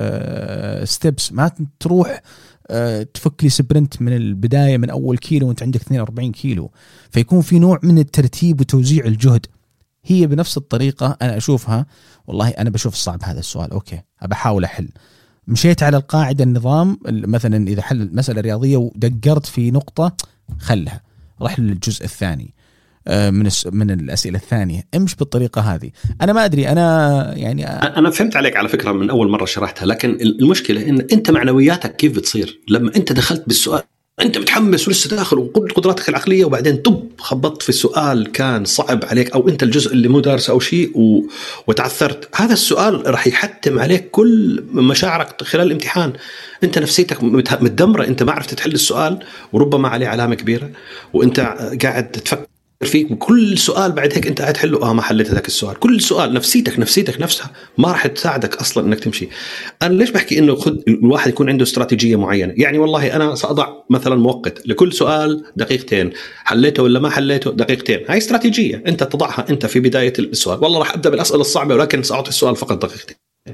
[SPEAKER 2] ستيبس، ما تروح تفك لي سبرنت من البدايه من اول كيلو وانت عندك 42 كيلو، فيكون في نوع من الترتيب وتوزيع الجهد. هي بنفس الطريقه انا اشوفها. والله انا بشوف الصعب هذا السؤال، اوكي ابى احاول احل، مشيت على القاعده النظام. مثلا اذا حل مساله رياضيه ودقرت في نقطه خلها، رح للجزء الثاني من الأسئلة الثانية، امش بالطريقة هذه. أنا ما أدري، أنا
[SPEAKER 3] فهمت عليك على فكرة من أول مرة شرحتها، لكن المشكلة إن أنت معنوياتك كيف بتصير لما أنت دخلت بالسؤال أنت متحمس ولسه داخل وقبل قدراتك العقلية، وبعدين خبطت في السؤال كان صعب عليك أو أنت الجزء اللي مو دارس أو شيء وتعثرت. هذا السؤال راح يحتم عليك كل مشاعرك خلال الامتحان. أنت نفسيتك متدمرة، أنت ما عرفت تحل السؤال وربما عليه علامة كبيرة، وأنت قاعد تفكر فيك كل سؤال بعد هيك انت قاعد تحله ما حليت هذاك السؤال. كل سؤال نفسيتك نفسها ما راح تساعدك اصلا انك تمشي. انا ليش بحكي انه خد الواحد يكون عنده استراتيجيه معينه؟ يعني والله انا ساضع مثلا مؤقت لكل سؤال دقيقتين، حليته ولا ما حليته دقيقتين. هاي استراتيجيه انت تضعها انت في بدايه السؤال. والله راح ابدا بالاسئله الصعبه ولكن ساعطي السؤال فقط دقيقتين.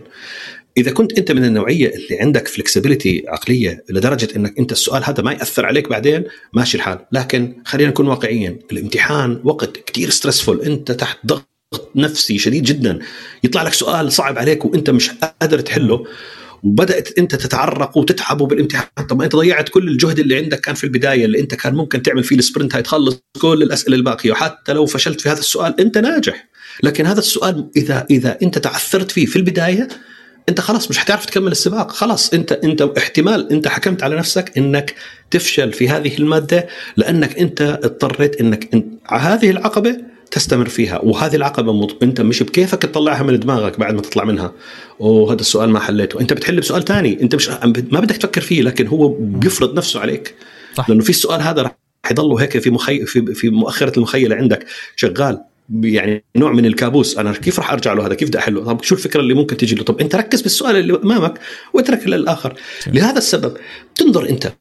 [SPEAKER 3] إذا كنت أنت من النوعية اللي عندك فلكسبيليتي عقلية لدرجة أنك أنت السؤال هذا ما يأثر عليك بعدين، ماشي الحال. لكن خلينا نكون واقعيين، الامتحان وقت كتير ستريسفول، أنت تحت ضغط نفسي شديد جدا، يطلع لك سؤال صعب عليك وأنت مش قادر تحله وبدأت أنت تتعرق وتتعب بالامتحان. طب أنت ضيعت كل الجهد اللي عندك كان في البداية اللي أنت كان ممكن تعمل فيه السبرنت، هيتخلص كل الأسئلة الباقية، وحتى لو فشلت في هذا السؤال أنت ناجح. لكن هذا السؤال إذا أنت تعثرت فيه في البداية انت خلاص مش هتعرف تكمل السباق. خلاص انت احتمال انت حكمت على نفسك انك تفشل في هذه المادة لانك انت اضطريت انك هذه العقبة تستمر فيها، وهذه العقبة انت مش بكيفك تطلعها من دماغك بعد ما تطلع منها. وهذا السؤال ما حليته، انت بتحل بسؤال تاني انت مش ما بدك تفكر فيه، لكن هو بيفرض نفسه عليك. صح. لانه في السؤال هذا راح يضله هيك في مؤخرة المخيلة عندك شغال، يعني نوع من الكابوس. أنا كيف راح أرجع له هذا؟ كيف بدي أحله؟ طب شو الفكرة اللي ممكن تجي له؟ طب أنت ركز بالسؤال اللي أمامك واترك للآخر. لهذا السبب تنظر أنت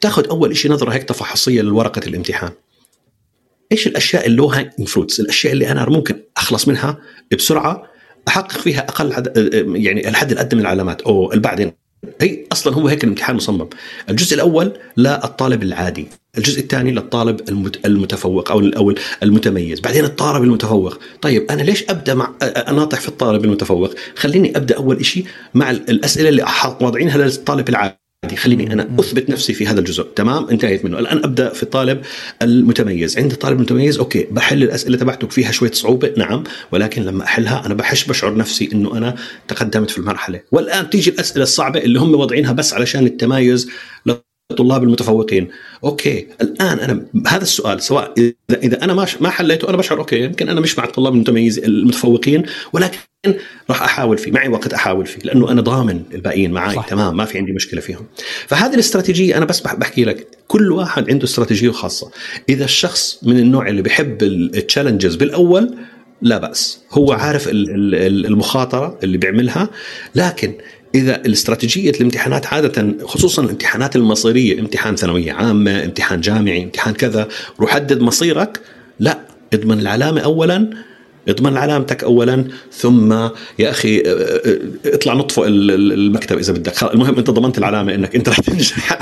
[SPEAKER 3] تاخذ اول شيء نظره هيك تفحصيه لورقه الامتحان. ايش الاشياء اللي هو هانج فروتس، الاشياء اللي انا ممكن اخلص منها بسرعه، احقق فيها اقل يعني الحد الادنى من العلامات او بعدين. هي اصلا هو هيك الامتحان مصمم. الجزء الاول للطالب العادي، الجزء الثاني للطالب المتفوق او المتميز، بعدين الطالب المتفوق. طيب انا ليش ابدا مع اناطح في الطالب المتفوق؟ خليني ابدا اول شيء مع الاسئله اللي واضعينها للطالب العادي، خليني أنا أثبت نفسي في هذا الجزء. تمام، انتهيت منه. الآن أبدأ في الطالب المتميز. عند الطالب المتميز أوكي، بحل الأسئلة تبعته فيها شوية صعوبة، نعم، ولكن لما أحلها أنا بشعر نفسي إنه أنا تقدمت في المرحلة. والآن تيجي الأسئلة الصعبة اللي هم وضعينها بس علشان التمايز للطلاب المتفوقين. أوكي، الآن أنا هذا السؤال سواء إذا أنا ما حليته، أنا بشعر أوكي يمكن أنا مش مع الطلاب المتفوقين، ولكن راح أحاول فيه، معي وقت أحاول فيه، لأنه أنا ضامن الباقيين معي. صح. تمام، ما في عندي مشكلة فيهم. فهذه الاستراتيجية أنا بس بحكي لك، كل واحد عنده استراتيجية خاصة. إذا الشخص من النوع اللي بيحب التشالنجز بالأول، لا بأس، هو عارف المخاطرة اللي بيعملها. لكن إذا الاستراتيجية الامتحانات عادة، خصوصا الامتحانات المصيرية، امتحان ثانوية عامة، امتحان جامعي، امتحان كذا، روح حدد مصيرك، لا، اضمن العلامة أولا، اضمن علامتك أولا، ثم يا أخي اطلع نطفئ المكتب إذا بدك. المهم أنت ضمنت العلامة إنك أنت راح تنجح.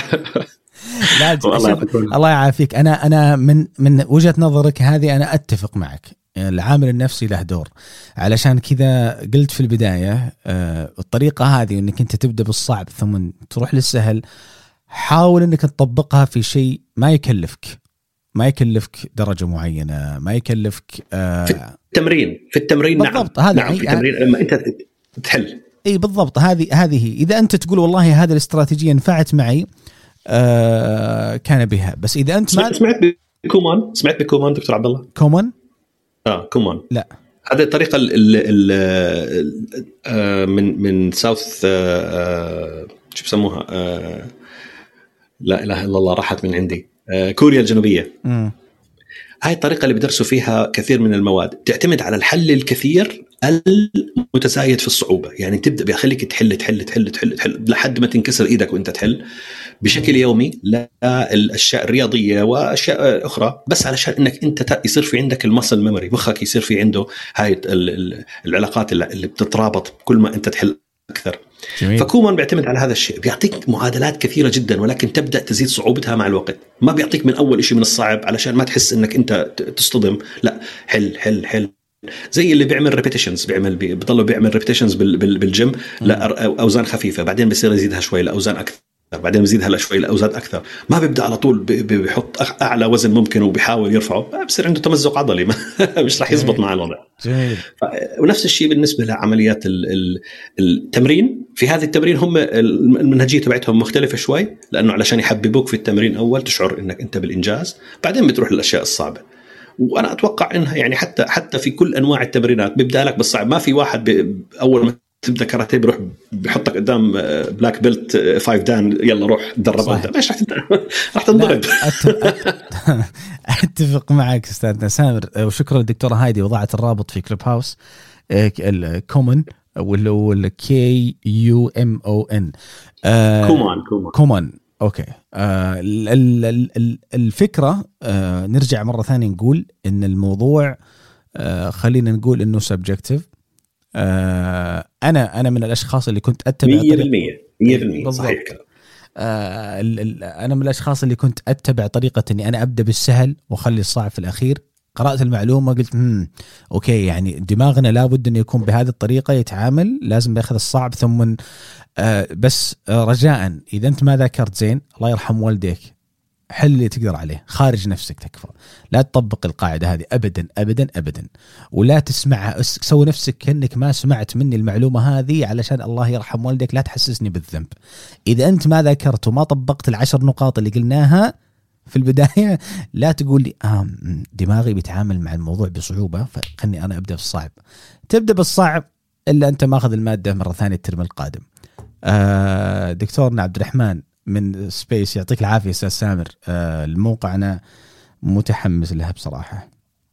[SPEAKER 2] الله يعافيك. أنا من وجهة نظرك هذه أنا أتفق معك. العامل النفسي له دور، علشان كذا قلت في البداية الطريقة هذه إنك أنت تبدأ بالصعب ثم تروح للسهل. حاول إنك تطبقها في شيء ما يكلفك درجة معينة، ما يكلفك
[SPEAKER 3] في التمرين
[SPEAKER 2] بالضبط.
[SPEAKER 3] نعم. في التمرين لما أنت تحل.
[SPEAKER 2] اي بالضبط. هذه اذا انت تقول والله هذه الاستراتيجية نفعت معي كان بها. بس اذا انت
[SPEAKER 3] سمعت بكومان دكتور عبد الله؟
[SPEAKER 2] كومان
[SPEAKER 3] لا، هذه الطريقة من ساوث شو بسموها، لا إله إلا الله راحت من عندي، كوريا الجنوبية. هاي الطريقة اللي بدرسوا فيها كثير من المواد تعتمد على الحل الكثير المتزايد في الصعوبة. يعني تبدأ بيخليك تحل لحد ما تنكسر إيدك وانت تحل بشكل يومي، لا الأشياء الرياضية وأشياء أخرى، بس علشان إنك أنت يصير في عندك المسل ميموري، مخك يصير في عنده هاي العلاقات اللي بتترابط كل ما أنت تحل أكثر. جميل. فكومان بيعتمد على هذا الشيء، بيعطيك معادلات كثيرة جدا، ولكن تبدأ تزيد صعوبتها مع الوقت. ما بيعطيك من أول إشي من الصعب علشان ما تحس إنك أنت تصطدم، لا، حل زي اللي بيعمل ريبيتيشنز، بيضلوا بيعمل ريبيتيشنز بالجيم، لا أوزان خفيفة، بعدين بيصير يزيدها شوي لأوزان أكثر، بعدين بيزيدها شوي لأوزان أكثر. ما بيبدأ على طول بيحط أعلى وزن ممكن وبيحاول يرفعه، بيصير عنده تمزق عضلي مش راح يزبط مع الوضع. ونفس الشيء بالنسبة لعمليات التمرين. في هذه التمرين هم المنهجية تبعتهم مختلفة شوي، لأنه علشان يحببوك في التمرين أول تشعر إنك أنت بالإنجاز، بعدين بتروح للأشياء الصعبة. وأنا أتوقع إنها يعني حتى في كل أنواع التمرينات بيبدأ لك بالصعب. ما في واحد أول ما تبدأ كاراتيه بيروح بيحطك قدام بلاك بيلت 5 دان، يلا روح تدرب أنت، مش راح تنضرب.
[SPEAKER 2] أتفق معك أستاذنا سامر، وشكرا للدكتورة هايدي. وضعت الرابط في كلوب هاوس الكومن واللي KUMON كومان. أوكي. الفكرة نرجع مرة ثانية نقول إن الموضوع خلينا نقول إنه subjective. أنا من الأشخاص اللي كنت أتبع
[SPEAKER 3] 100% صحيح.
[SPEAKER 2] أنا من الأشخاص اللي كنت أتبع طريقة إني أنا أبدأ بالسهل وأخلي الصعب في الأخير. قرأت المعلومة قلت أوكي، يعني دماغنا لابد أن يكون بهذه الطريقة يتعامل، لازم يأخذ الصعب ثم بس رجاء إذا أنت ما ذاكرت زين، الله يرحم والديك، حل اللي تقدر عليه، خارج نفسك تكفى. لا تطبق القاعدة هذه أبدا أبدا أبدا، ولا تسمعها. سوي نفسك كأنك ما سمعت مني المعلومة هذه، علشان الله يرحم والديك لا تحسسني بالذنب. إذا أنت ما ذاكرت وما طبقت 10 نقاط اللي قلناها في البداية، لا تقول لي دماغي بيتعامل مع الموضوع بصعوبة فخلني أنا أبدأ بالصعب. تبدأ بالصعب إلا أنت ماخذ المادة مرة ثانية الترم القادم. دكتورنا عبد الرحمن من سبيس، يعطيك العافية أستاذ سامر. الموقع أنا متحمس لها بصراحة.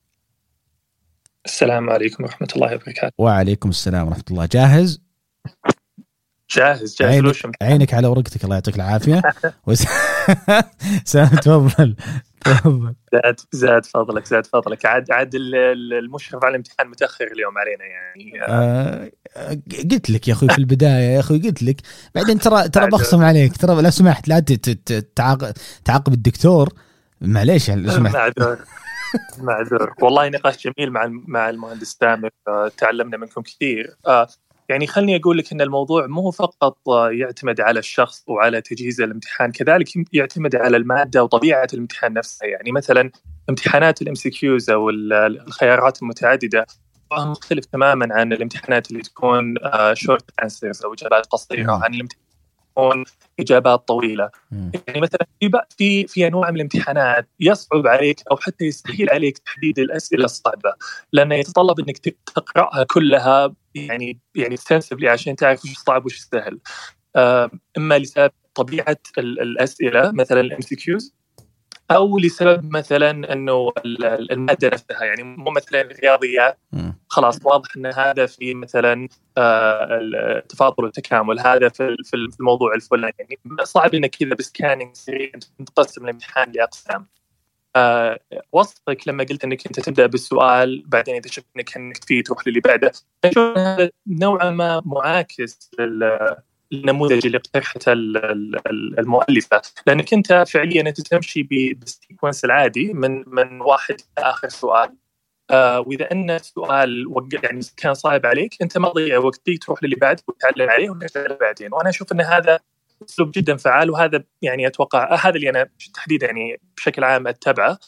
[SPEAKER 7] السلام عليكم ورحمة الله وبركاته.
[SPEAKER 2] وعليكم السلام ورحمة الله. جاهز
[SPEAKER 7] جاهز.
[SPEAKER 2] عينك على ورقتك، الله يعطيك العافية. سام تفضل.
[SPEAKER 7] زاد فضلك. عاد المشرف على الامتحان متأخر اليوم علينا يعني.
[SPEAKER 2] قلت لك يا أخوي في البداية، يا أخوي قلت لك، بعدين ترى بخصم عليك، ترى لا سمحت لا تعاقب الدكتور، معليش
[SPEAKER 7] معذور. والله نقاش جميل مع المهندس تامر، تعلمنا منكم كثير. يعني خلني أقول لك أن الموضوع مو فقط يعتمد على الشخص وعلى تجهيز الامتحان، كذلك يعتمد على المادة وطبيعة الامتحان نفسها. يعني مثلا امتحانات الMCQs أو الخيارات المتعددة مختلف تماما عن الامتحانات اللي تكون short answers أو إجابات قصيرة، عن الامتحانات تكون إجابات طويلة. يعني مثلا في أنواع من الامتحانات يصعب عليك أو حتى يستحيل عليك تحديد الأسئلة الصعبة، لأنه يتطلب أنك تقرأها كلها يعني extensively عشان تعرف وش صعب وش سهل. إما لسبب طبيعة الأسئلة مثلا الMCQs، أو لسبب مثلا أنه المادة نفسها. يعني مو مثلا الرياضيات خلاص واضح أن هذا في مثلا التفاضل والتكامل، هذا في الموضوع الفلاني. يعني صعب أنك كذا بسكانينج سريع تقسم الامتحان لأقسام. وصفك لما قلت أنك أنت تبدأ بالسؤال بعدين إذا شفت أنك فيه تروح للي بعده، أشوف هذا نوعا ما معاكس النموذج اللي اقترحته المؤلفة، لأنك أنت فعليا تمشي بالسيكونس العادي من واحد لآخر سؤال. وإذا أن السؤال يعني كان صعب عليك أنت ما تضيع وقت فيه، تروح للي بعد وتعلم عليه وتعلم بعدين. وأنا أشوف أن هذا أسلوب جدا فعال، وهذا يعني أتوقع هذا اللي أنا تحديدا يعني بشكل عام أتبعه.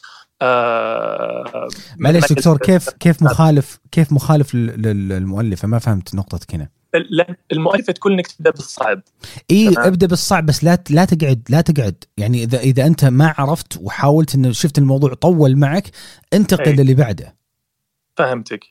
[SPEAKER 2] معليش دكتور، كيف مخالف للمؤلفة؟ ما فهمت نقطتك هنا.
[SPEAKER 7] المؤلفة تقول انك تبدا بالصعب.
[SPEAKER 2] ابدا بالصعب، بس لا تقعد يعني اذا انت ما عرفت وحاولت انه شفت الموضوع طول معك، انتقل للي بعده.
[SPEAKER 7] فهمتك.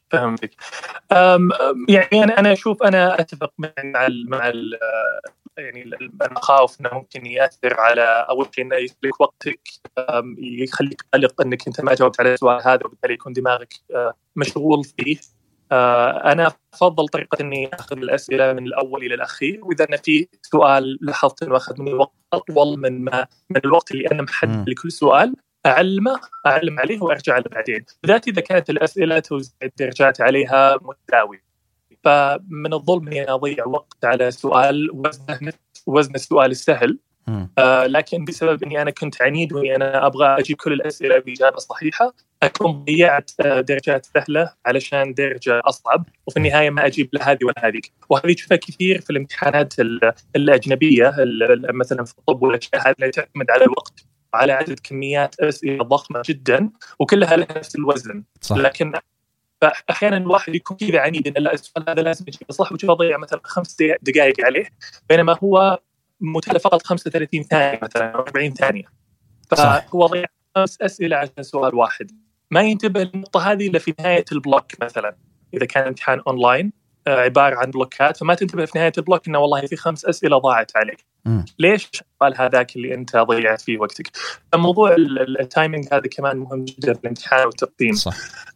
[SPEAKER 7] يعني انا اشوف، انا اتفق مع يعني المخاوف انه ممكن ياثر على اول شيء انه يسلك وقتك، يخليك قلق انك انت ما جاوبت على السؤال هذا، وبالتالي يكون دماغك مشغول فيه. أنا أفضل طريقة إني أخذ الأسئلة من الأول إلى الأخير، وإذا أنا في سؤال لاحظت إنه أخذ مني وقت أطول من الوقت اللي أنا محدد لكل سؤال، أعلم عليه وأرجع له بعدين، بالذات إذا كانت الأسئلة توزيع الدرجات عليها متساوي. فمن الظلم إني أضيع وقت على سؤال وزن السؤال السهل، لكن بسبب إني أنا كنت عنيد وإني أنا أبغى أجيب كل الأسئلة بإجابة صحيحة، أكون ضيعت درجات سهلة علشان درجة أصعب، وفي النهاية ما أجيب لا هذه ولا هذه. وهذه تشوفها كثير في الامتحانات الأجنبية مثلا في الطب والأشياء هذه اللي تعتمد على الوقت وعلى عدد كميات أسئلة ضخمة جدا وكلها لها نفس الوزن. صح. لكن فأحيانا الواحد يكون كذا عنيد إن السؤال هذا لازم يجيبه صح، وجيبه ضيع مثلا 5 دقائق عليه، بينما هو متلف فقط 35 ثانية مثلا 40 ثانية، فهو ضيع 5 أسئلة عشان سؤال واحد. ما ينتبه للنقطة هذه إلا في نهاية البلوك مثلا، إذا كان امتحان أونلاين عبارة عن بلوكات، فما تنتبه في نهاية البلوك إنه والله في 5 أسئلة ضاعت عليك. ليش السؤال هذاك اللي أنت ضيعت فيه وقتك؟ الموضوع التايمينج هذا كمان مهم جدا في الامتحان والتقييم. صح.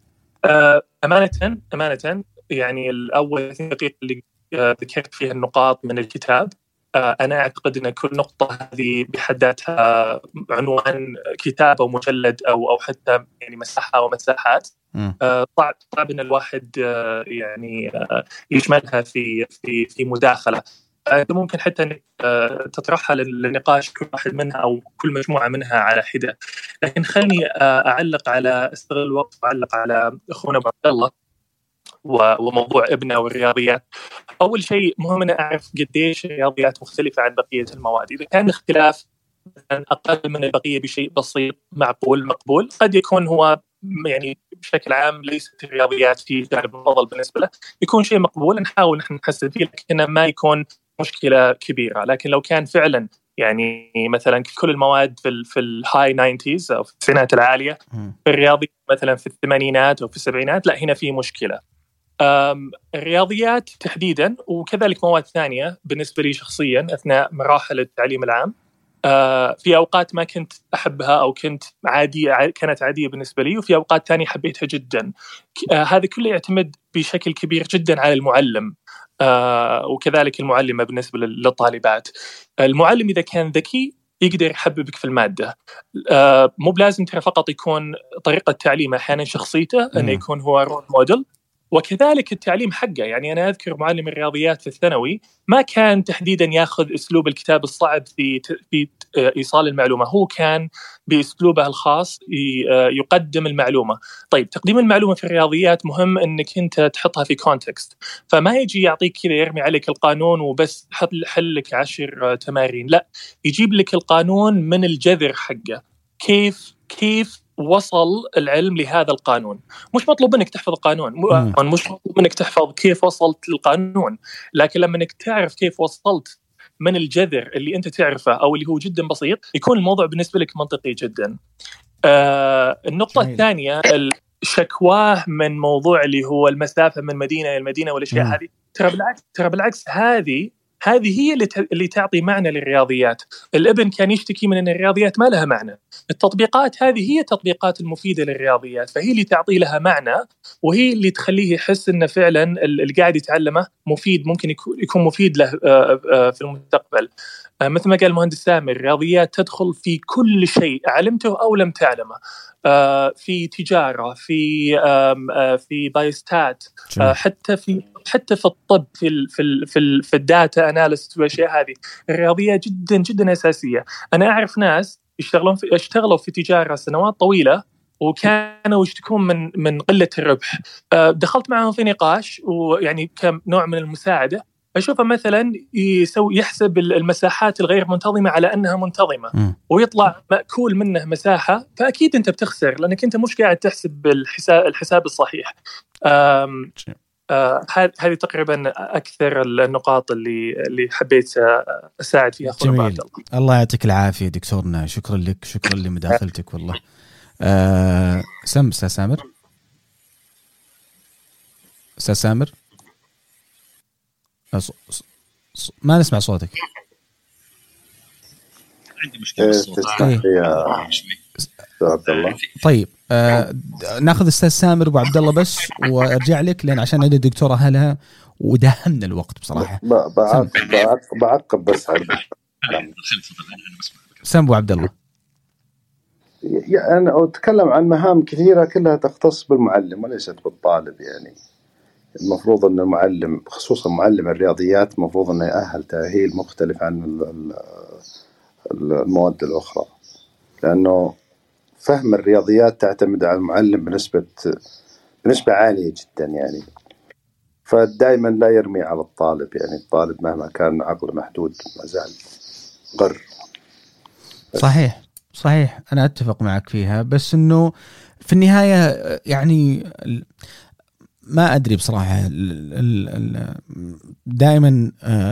[SPEAKER 7] أمانة يعني الأول دقيقة اللي ذكرت فيها النقاط من الكتاب، أنا أعتقد أن كل نقطة هذه بحد ذاتها عنوان كتاب أو مجلد أو حتى يعني مساحة أو مساحات. صعب أن الواحد يعني يشملها في مداخلة. ممكن حتى أنك تطرحها للنقاش كل واحد منها أو كل مجموعة منها على حدة. لكن خلني أعلق على استغل الوقت وأعلق على أخونا عبد الله وموضوع ابنه والرياضيات. أول شيء مهم أن أعرف قديش الرياضيات مختلفة عن بقية المواد. إذا كان الاختلاف أقل من البقية بشيء بسيط معقول مقبول، قد يكون هو يعني بشكل عام ليست الرياضيات في جانب المفضل بالنسبة له، يكون شيء مقبول نحاول نحن نحسن فيه، لكنه ما يكون مشكلة كبيرة. لكن لو كان فعلا يعني مثلا كل المواد في الهاي 90s أو في التسعينات العالية، في الرياضي مثلا في الثمانينات أو في السبعينات، لا هنا في مشكلة. الرياضيات تحديدا وكذلك مواد ثانية بالنسبة لي شخصيا أثناء مراحل التعليم العام، في أوقات ما كنت أحبها أو كنت كانت عادية بالنسبة لي، وفي أوقات ثانية حبيتها جدا. هذا كله يعتمد بشكل كبير جدا على المعلم، وكذلك المعلمة بالنسبة للطالبات. المعلم إذا كان ذكي يقدر يحببك في المادة. مو بلازم ترى فقط يكون طريقة تعليمه، أحيانا شخصيته أنه يكون هو رول موديل، وكذلك التعليم حقه. يعني أنا أذكر معلم الرياضيات في الثانوي ما كان تحديدا يأخذ أسلوب الكتاب الصعب في إيصال المعلومة، هو كان بأسلوبه الخاص يقدم المعلومة. طيب تقديم المعلومة في الرياضيات مهم أنك أنت تحطها في كونتكست، فما يجي يعطيك كذا يرمي عليك القانون وبس حل لك 10 تمارين، لا، يجيب لك القانون من الجذر حقه، كيف وصل العلم لهذا القانون. مش مطلوب منك تحفظ القانون، مش مطلوب منك تحفظ كيف وصلت للقانون، لكن لما انك تعرف كيف وصلت من الجذر اللي انت تعرفه او اللي هو جدا بسيط، يكون الموضوع بالنسبه لك منطقي جدا. النقطه الثانيه الشكواه من موضوع اللي هو المسافه من مدينه الى المدينه والاشياء هذه، ترى بالعكس هذه هي اللي تعطي معنى للرياضيات. الابن كان يشتكي من أن الرياضيات ما لها معنى، التطبيقات هذه هي التطبيقات المفيدة للرياضيات، فهي اللي تعطي لها معنى، وهي اللي تخليه يحس أنه فعلا اللي قاعد يتعلمه مفيد، ممكن يكون مفيد له في المستقبل. مثل ما قال المهندس سامر، الرياضيات تدخل في كل شيء علمته أو لم تعلمه، في تجارة، في بايوستات، حتى في الطب، في الداتا اناليسيس والاشياء هذه. الرياضيه جدا جدا اساسيه. انا اعرف ناس اشتغلوا في تجاره سنوات طويله وكانوا يشتكون من قله الربح. دخلت معهم في نقاش، ويعني كنوع من المساعده، أشوفه مثلا يحسب المساحات الغير منتظمة على أنها منتظمة، ويطلع مأكول منه مساحة، فأكيد أنت بتخسر لأنك أنت مش قاعد تحسب الحساب الصحيح. هذه تقريبا أكثر النقاط اللي حبيت أساعد فيها.
[SPEAKER 2] جميل، الله يعطيك العافية دكتورنا، شكرا لك، شكرا لمداخلتك والله. أستاذ سامر ما نسمع صوتك.
[SPEAKER 3] عندي مشكلة بالصوت.
[SPEAKER 2] طيب ناخذ أستاذ سامر وأبو عبد الله بس وأرجع لك، لأن عشان عندي الدكتورة هلا ودهمنا الوقت بصراحة.
[SPEAKER 4] بعقب بس على
[SPEAKER 2] سام أبو عبد الله.
[SPEAKER 4] أنا أتكلم عن مهام كثيرة كلها تختص بالمعلم وليست بالطالب. يعني المفروض أن المعلم، خصوصا معلم الرياضيات، المفروض أنه يأهل تأهيل مختلف عن المواد الأخرى، لأنه فهم الرياضيات تعتمد على المعلم بنسبة عالية جدا. يعني فدائما لا يرمي على الطالب، يعني الطالب مهما كان عقله محدود ما زال قر.
[SPEAKER 2] صحيح أنا أتفق معك فيها، بس إنه في النهاية يعني ما أدري بصراحة. دائما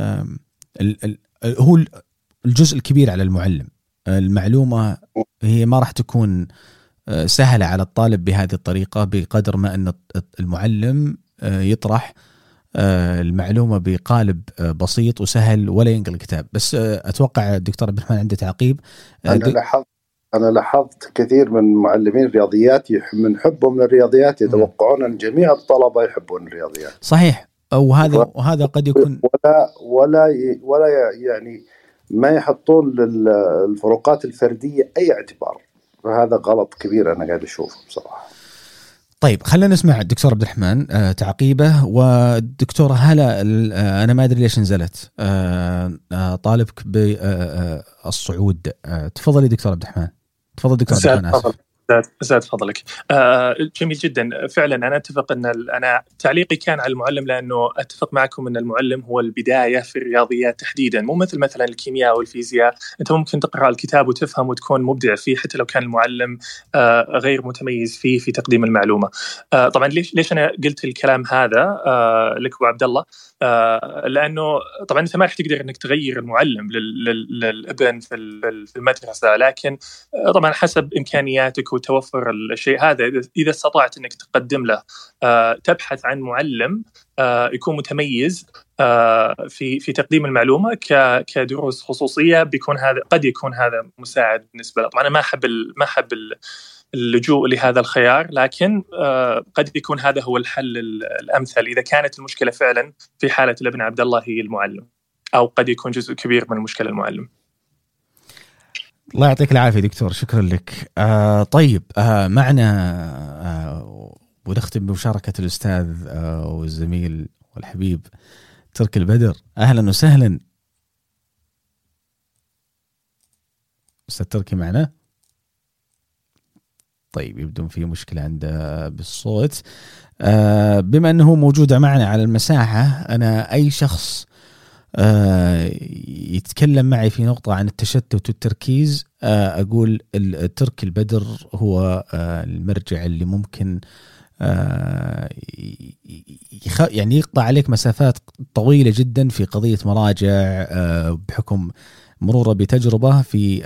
[SPEAKER 2] هو الجزء الكبير على المعلم. المعلومة هي ما راح تكون سهلة على الطالب بهذه الطريقة بقدر ما أن المعلم يطرح المعلومة بقالب بسيط وسهل ولا ينقل الكتاب. بس أتوقع الدكتور عبد الرحمن عنده تعقيب.
[SPEAKER 4] أنا لاحظت كثير من معلمين الرياضيات من حبهم للرياضيات يتوقعون أن جميع الطلبة يحبون الرياضيات.
[SPEAKER 2] صحيح، وهذا قد يكون
[SPEAKER 4] ولا يعني ما يحطون للفروقات الفردية أي اعتبار، وهذا غلط كبير أنا قاعد أشوفه بصراحة.
[SPEAKER 2] طيب خلينا نسمع الدكتور عبد الرحمن تعقيبه. والدكتورة هلا أنا ما أدري ليش نزلت، طالبك بالصعود. تفضلي دكتور عبد الرحمن. تفضل دكتور عبد الرحمن.
[SPEAKER 7] زاد فضلك. جميل جدا. فعلا أنا أتفق أن أنا تعليقي كان على المعلم، لأنه أتفق معكم أن المعلم هو البداية في الرياضيات تحديدا، مو مثلا الكيمياء والفيزياء. أنت ممكن تقرأ الكتاب وتفهم وتكون مبدع فيه حتى لو كان المعلم غير متميز فيه في تقديم المعلومة. طبعا ليش أنا قلت الكلام هذا لك أبو عبد الله؟ لأنه طبعا أنت ما راح تقدر أنك تغير المعلم للابن في المدرسة، لكن طبعا حسب إمكانياتك وتوفر الشيء هذا، إذا استطعت أنك تقدم له، تبحث عن معلم يكون متميز في تقديم المعلومة كدروس خصوصية، بيكون هذا قد يكون هذا مساعد بالنسبة له. طبعا أنا ما أحب اللجوء لهذا الخيار، لكن قد يكون هذا هو الحل الأمثل إذا كانت المشكلة فعلا في حالة الابن عبد الله هي المعلم، أو قد يكون جزء كبير من المشكلة المعلم.
[SPEAKER 2] الله يعطيك العافية دكتور، شكرا لك. طيب معنا ونختم بمشاركة الأستاذ والزميل والحبيب تركي البدر. أهلا وسهلا أستاذ تركي معنا. طيب يبدو في مشكلة عنده بالصوت. بما أنه موجود معنا على المساحة، أنا أي شخص يتكلم معي في نقطة عن التشتت والتركيز أقول تركي البدر هو المرجع اللي ممكن يعني يقطع عليك مسافات طويلة جدا في قضية مراجع بحكم مروره بتجربة في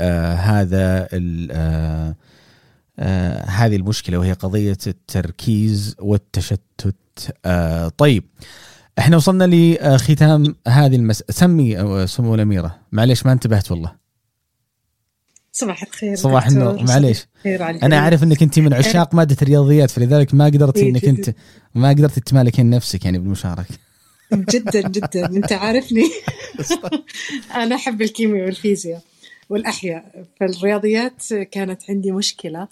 [SPEAKER 2] هذه المشكلة، وهي قضية التركيز والتشتت. طيب احنا وصلنا لختام هذه سمي سمو الأميرة، معليش ما انتبهت والله.
[SPEAKER 8] صباح الخير.
[SPEAKER 2] صباح النور، معليش انا اعرف انك انت من عشاق مادة الرياضيات، فلذلك ما قدرت انك انت ما قدرت تمالكين نفسك يعني بالمشاركة.
[SPEAKER 8] جدا جدا انت عارفني. انا احب الكيمياء والفيزياء والاحياء، فالرياضيات كانت عندي مشكلة.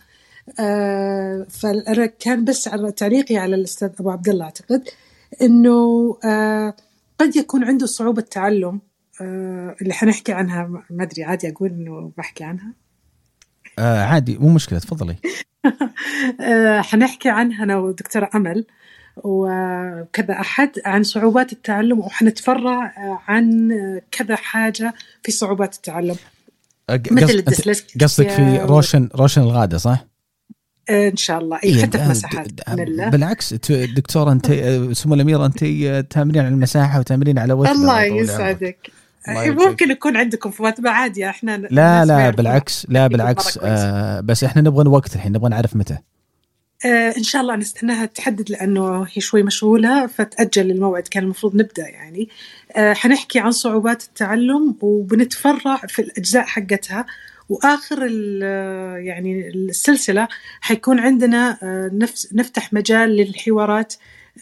[SPEAKER 8] فكان بس تعليقي على الأستاذ أبو عبد الله، أعتقد إنه قد يكون عنده صعوبة تعلم اللي حنحكي عنها. ما أدري عادي أقول إنه بحكي عنها؟
[SPEAKER 2] عادي مو مشكلة، تفضلي.
[SPEAKER 8] حنحكي عنها أنا ودكتورة أمل وكذا أحد عن صعوبات التعلم، وحنتفرع عن كذا حاجة في صعوبات التعلم مثل الديسلكسيا.
[SPEAKER 2] قصدك في روشن الغادة صح؟
[SPEAKER 8] إن شاء الله. حتى في مساحات.
[SPEAKER 2] بالعكس دكتورة أنت سمو الأميرة أنت تامرين على المساحة وتامرين على وثبة.
[SPEAKER 8] الله يسعدك. ممكن يكون عندكم في وثبة عادي. إحنا
[SPEAKER 2] لا بالعكس بس إحنا نبغى وقت الحين، نبغى نعرف متى.
[SPEAKER 8] إن شاء الله نستناها تحدد، لأنه هي شوي مشغولة فتأجل الموعد، كان المفروض نبدأ يعني. حنحكي عن صعوبات التعلم وبنتفرع في الأجزاء حقتها، وآخر يعني السلسلة حيكون عندنا نفتح مجال للحوارات،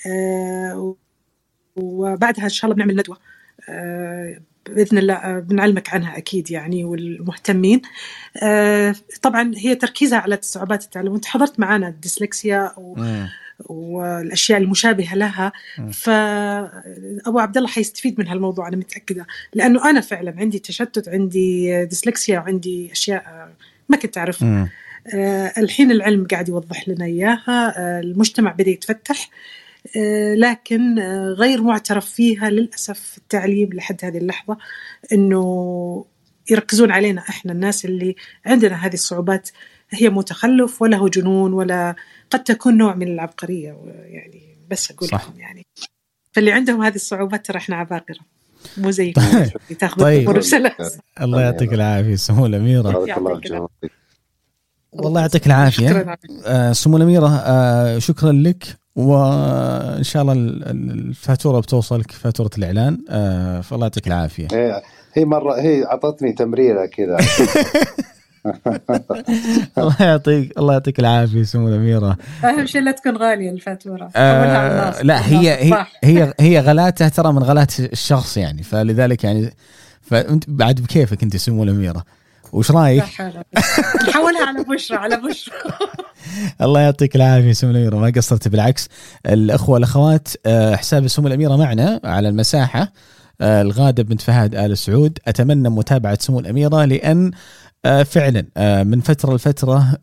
[SPEAKER 8] وبعدها إن شاء الله بنعمل ندوة بإذن الله بنعلمك عنها أكيد يعني، والمهتمين. طبعا هي تركيزها على صعوبات التعلم، وانت حضرت معنا الديسلكسيا والأشياء المشابهة لها، فأبو عبد الله حيستفيد من هالموضوع أنا متأكدة، لأنه أنا فعلا عندي تشتت، عندي ديسلكسيا، وعندي أشياء ما كنت أعرفها. الحين العلم قاعد يوضح لنا إياها، المجتمع بدأ يتفتح، لكن غير معترف فيها للأسف في التعليم لحد هذه اللحظة، إنه يركزون علينا إحنا الناس اللي عندنا هذه الصعوبات. هي متخلف ولا هو جنون، ولا قد تكون نوع من العبقرية يعني، بس أقول لكم يعني. فاللي عندهم هذه الصعوبات ترى إحنا عباقرة، مو زيكم تاخذوا الأمور بسلاسة.
[SPEAKER 2] الله يعطيك العافية سمو الأميرة. والله يعطيك العافية سمو الأميرة، شكرا لك، وإن شاء الله الفاتورة بتوصلك، فاتورة الإعلان. فالله يعطيك العافية.
[SPEAKER 4] هي مرة هي عطتني تمريرة كذا.
[SPEAKER 2] الله يعطيك العافية سمو الأميرة.
[SPEAKER 8] أهم شيء لا تكون غالية الفاتورة.
[SPEAKER 2] لا هي غلاتها ترى من غلات الشخص يعني، فلذلك يعني فأنت بعد بكيفك أنت سمو الأميرة. وش رايك؟
[SPEAKER 8] نحولها على بشرى.
[SPEAKER 2] الله يعطيك العافية سمو الأميرة، ما قصرت بالعكس. الأخوة الأخوات، حساب سمو الأميرة معنا على المساحة، الغادة بنت فهد آل سعود. أتمنى متابعة سمو الأميرة، لأن فعلا من فترة لفترة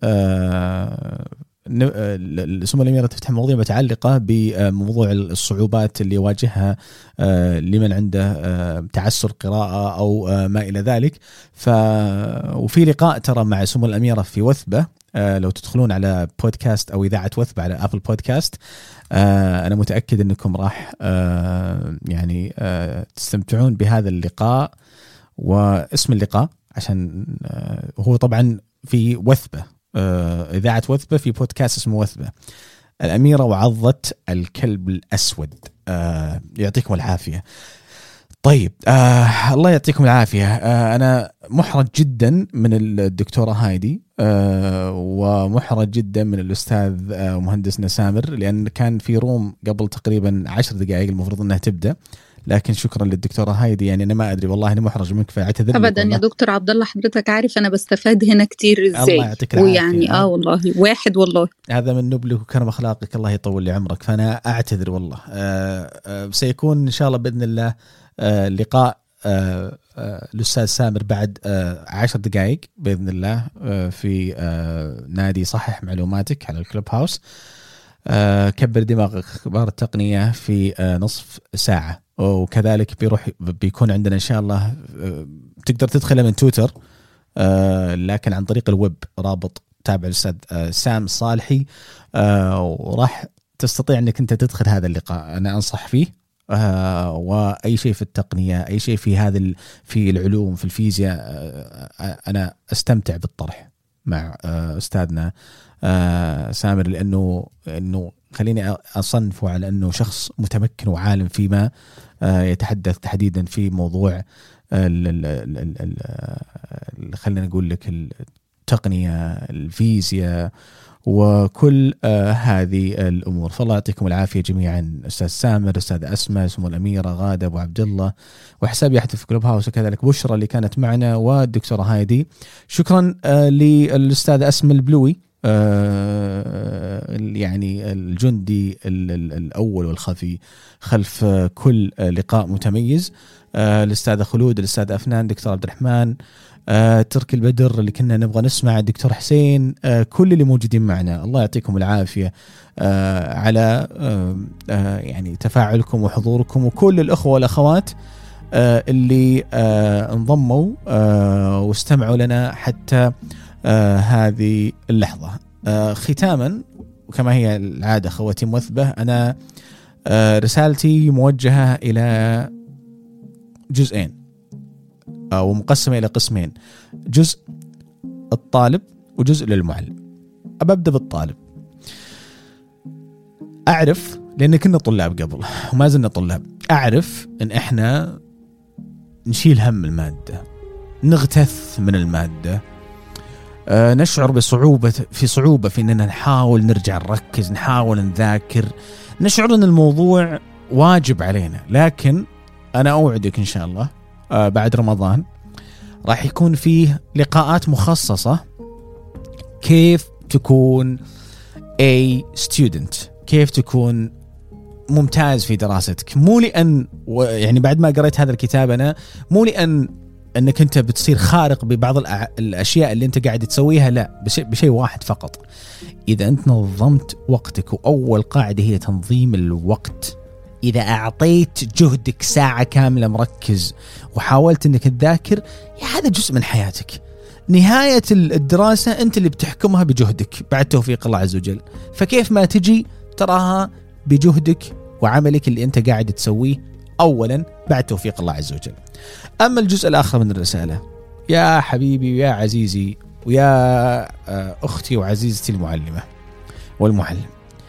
[SPEAKER 2] سمو الأميرة تفتح مواضيع متعلقة بموضوع الصعوبات اللي يواجهها لمن عنده تعسر قراءة أو ما إلى ذلك. وفي لقاء ترى مع سمو الأميرة في وثبة، لو تدخلون على بودكاست أو إذاعة وثبة على أبل بودكاست، أنا متأكد أنكم راح يعني تستمتعون بهذا اللقاء. واسم اللقاء عشان هو طبعا في وثبة، إذاعة وثبة، في بودكاست اسمه وثبة، الأميرة وعضة الكلب الأسود. يعطيكم العافية. طيب الله يعطيكم العافية. أنا محرج جدا من الدكتورة هايدي، ومحرج جدا من الأستاذ مهندسنا سامر، لأن كان في روم قبل تقريبا 10 دقائق المفروض أنها تبدأ، لكن شكرا للدكتورة هايدي. يعني أنا ما أدري والله، أنا محرج منك فأعتذر
[SPEAKER 6] أبدا يا دكتور عبد الله، حضرتك عارف أنا بستفاد هنا كتير إزاي.
[SPEAKER 2] الله يعطيك العافية.
[SPEAKER 6] ويعني والله واحد والله
[SPEAKER 2] هذا من نبلك وكرم أخلاقك، الله يطول لي عمرك. فأنا أعتذر والله. سيكون إن شاء الله بإذن الله لقاء الأستاذ سامر بعد 10 دقائق بإذن الله في نادي صحح معلوماتك على الكلوب هاوس. كبر دماغك اخبار التقنية في نصف ساعة. وكذلك بيكون عندنا إن شاء الله تقدر تدخل من تويتر لكن عن طريق الويب، رابط تابع الأستاذ سام صالحي، وراح تستطيع أنك أنت تدخل هذا اللقاء. أنا أنصح فيه. وأي شيء في التقنية، أي شيء في هذا في العلوم، في الفيزياء، أنا أستمتع بالطرح مع أستاذنا سامر، لأنه خليني أصنفه على أنه شخص متمكن وعالم فيما يتحدث تحديدا في موضوع خلينا نقول لك التقنية، الفيزياء، وكل هذه الأمور. فالله يعطيكم العافية جميعا، أستاذ سامر، أستاذ أسماء، سمو الأميرة غادة، أبو عبد الله، وحسابي يحدث في كلوب هاوس، وكذلك بشرى اللي كانت معنا، والدكتورة هايدي. شكرا للأستاذ أسماء البلوي، يعني الجندي الأول والخفي خلف كل لقاء متميز. الأستاذ خلود، الأستاذ أفنان، دكتور عبد الرحمن، تركي البدر اللي كنا نبغى نسمع، الدكتور حسين، كل اللي موجودين معنا، الله يعطيكم العافية على يعني تفاعلكم وحضوركم، وكل الأخوة والأخوات اللي انضموا واستمعوا لنا حتى هذه اللحظة. ختاما وكما هي العادة خواتيم وثبة، أنا رسالتي موجهة إلى جزئين ومقسمة إلى قسمين، جزء الطالب وجزء للمعلم. أبدأ بالطالب. أعرف لأن كنا طلاب قبل وما زلنا طلاب، أعرف أن إحنا نشيل هم المادة، نغتث من المادة، نشعر بصعوبة في أننا نحاول نرجع نركز، نحاول نذاكر، نشعر أن الموضوع واجب علينا. لكن أنا أوعدك إن شاء الله بعد رمضان راح يكون فيه لقاءات مخصصة كيف تكون A student، كيف تكون ممتاز في دراستك. مو لأن يعني بعد ما قريت هذا الكتاب أنا مو لأن أنك أنت بتصير خارق ببعض الأشياء اللي أنت قاعد تسويها، لا، بشيء واحد فقط. إذا أنت نظمت وقتك، وأول قاعدة هي تنظيم الوقت، إذا أعطيت جهدك ساعة كاملة مركز وحاولت أنك تذاكر، هذا جزء من حياتك. نهاية الدراسة أنت اللي بتحكمها بجهدك بعد توفيق الله عز وجل، فكيف ما تجي تراها بجهدك وعملك اللي أنت قاعد تسويه أولا بعد توفيق الله عز وجل. أما الجزء الآخر من الرسالة، يا حبيبي ويا عزيزي ويا أختي وعزيزتي المعلمة والمعلم،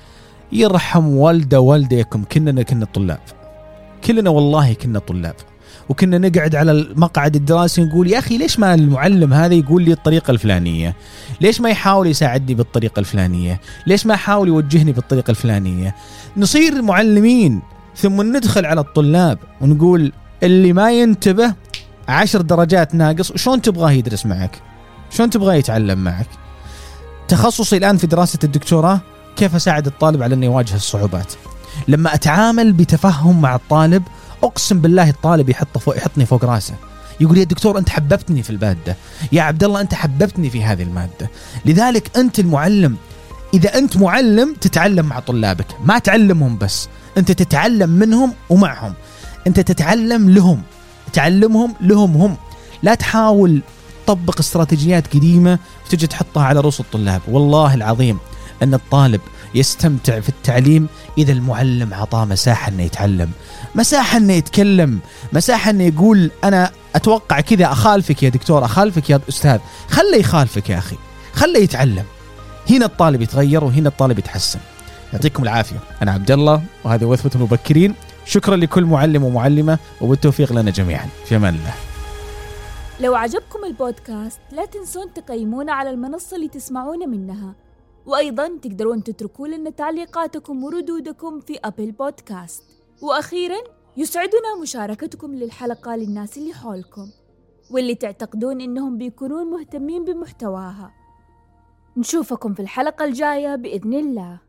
[SPEAKER 2] يرحم والديكم، كنا طلاب، كلنا والله كنا طلاب، وكنا نقعد على المقعد الدراسي نقول يا أخي ليش ما المعلم هذا يقول لي الطريقة الفلانية، ليش ما يحاول يساعدني بالطريقة الفلانية، ليش ما يحاول يوجهني بالطريقة الفلانية. نصير معلمين ثم ندخل على الطلاب ونقول اللي ما ينتبه 10 درجات ناقص، وشون تبغاه يدرس معك، شون تبغاه يتعلم معك. تخصصي الآن في دراسة الدكتوراه كيف أساعد الطالب على أن يواجه الصعوبات. لما أتعامل بتفهم مع الطالب أقسم بالله الطالب يحطني فوق راسه، يقول يا دكتور أنت حببتني في المادة، يا عبد الله أنت حببتني في هذه المادة. لذلك أنت المعلم، إذا أنت معلم تتعلم مع طلابك، ما تعلمهم بس، أنت تتعلم منهم ومعهم، أنت تتعلم لهم، تعلمهم لهم هم. لا تحاول تطبق استراتيجيات قديمة وتجي تحطها على رؤوس الطلاب. والله العظيم أن الطالب يستمتع في التعليم إذا المعلم عطاه مساحة أنه يتعلم، مساحة أنه يتكلم، مساحة أنه يقول أنا أتوقع كذا، أخالفك يا دكتور، أخالفك يا أستاذ، خليه يخالفك يا أخي، خليه يتعلم. هنا الطالب يتغير وهنا الطالب يتحسن. يعطيكم العافية. أنا عبد الله وهذا وثبة المبكرين. شكرا لكل معلم ومعلمة وبالتوفيق لنا جميعا. في أمان الله.
[SPEAKER 1] لو عجبكم البودكاست لا تنسون تقيمونا على المنصة اللي تسمعون منها، وأيضا تقدرون تتركوا لنا تعليقاتكم وردودكم في أبل بودكاست. وأخيرا يسعدنا مشاركتكم للحلقة للناس اللي حولكم واللي تعتقدون إنهم بيكونون مهتمين بمحتواها. نشوفكم في الحلقة الجاية بإذن الله.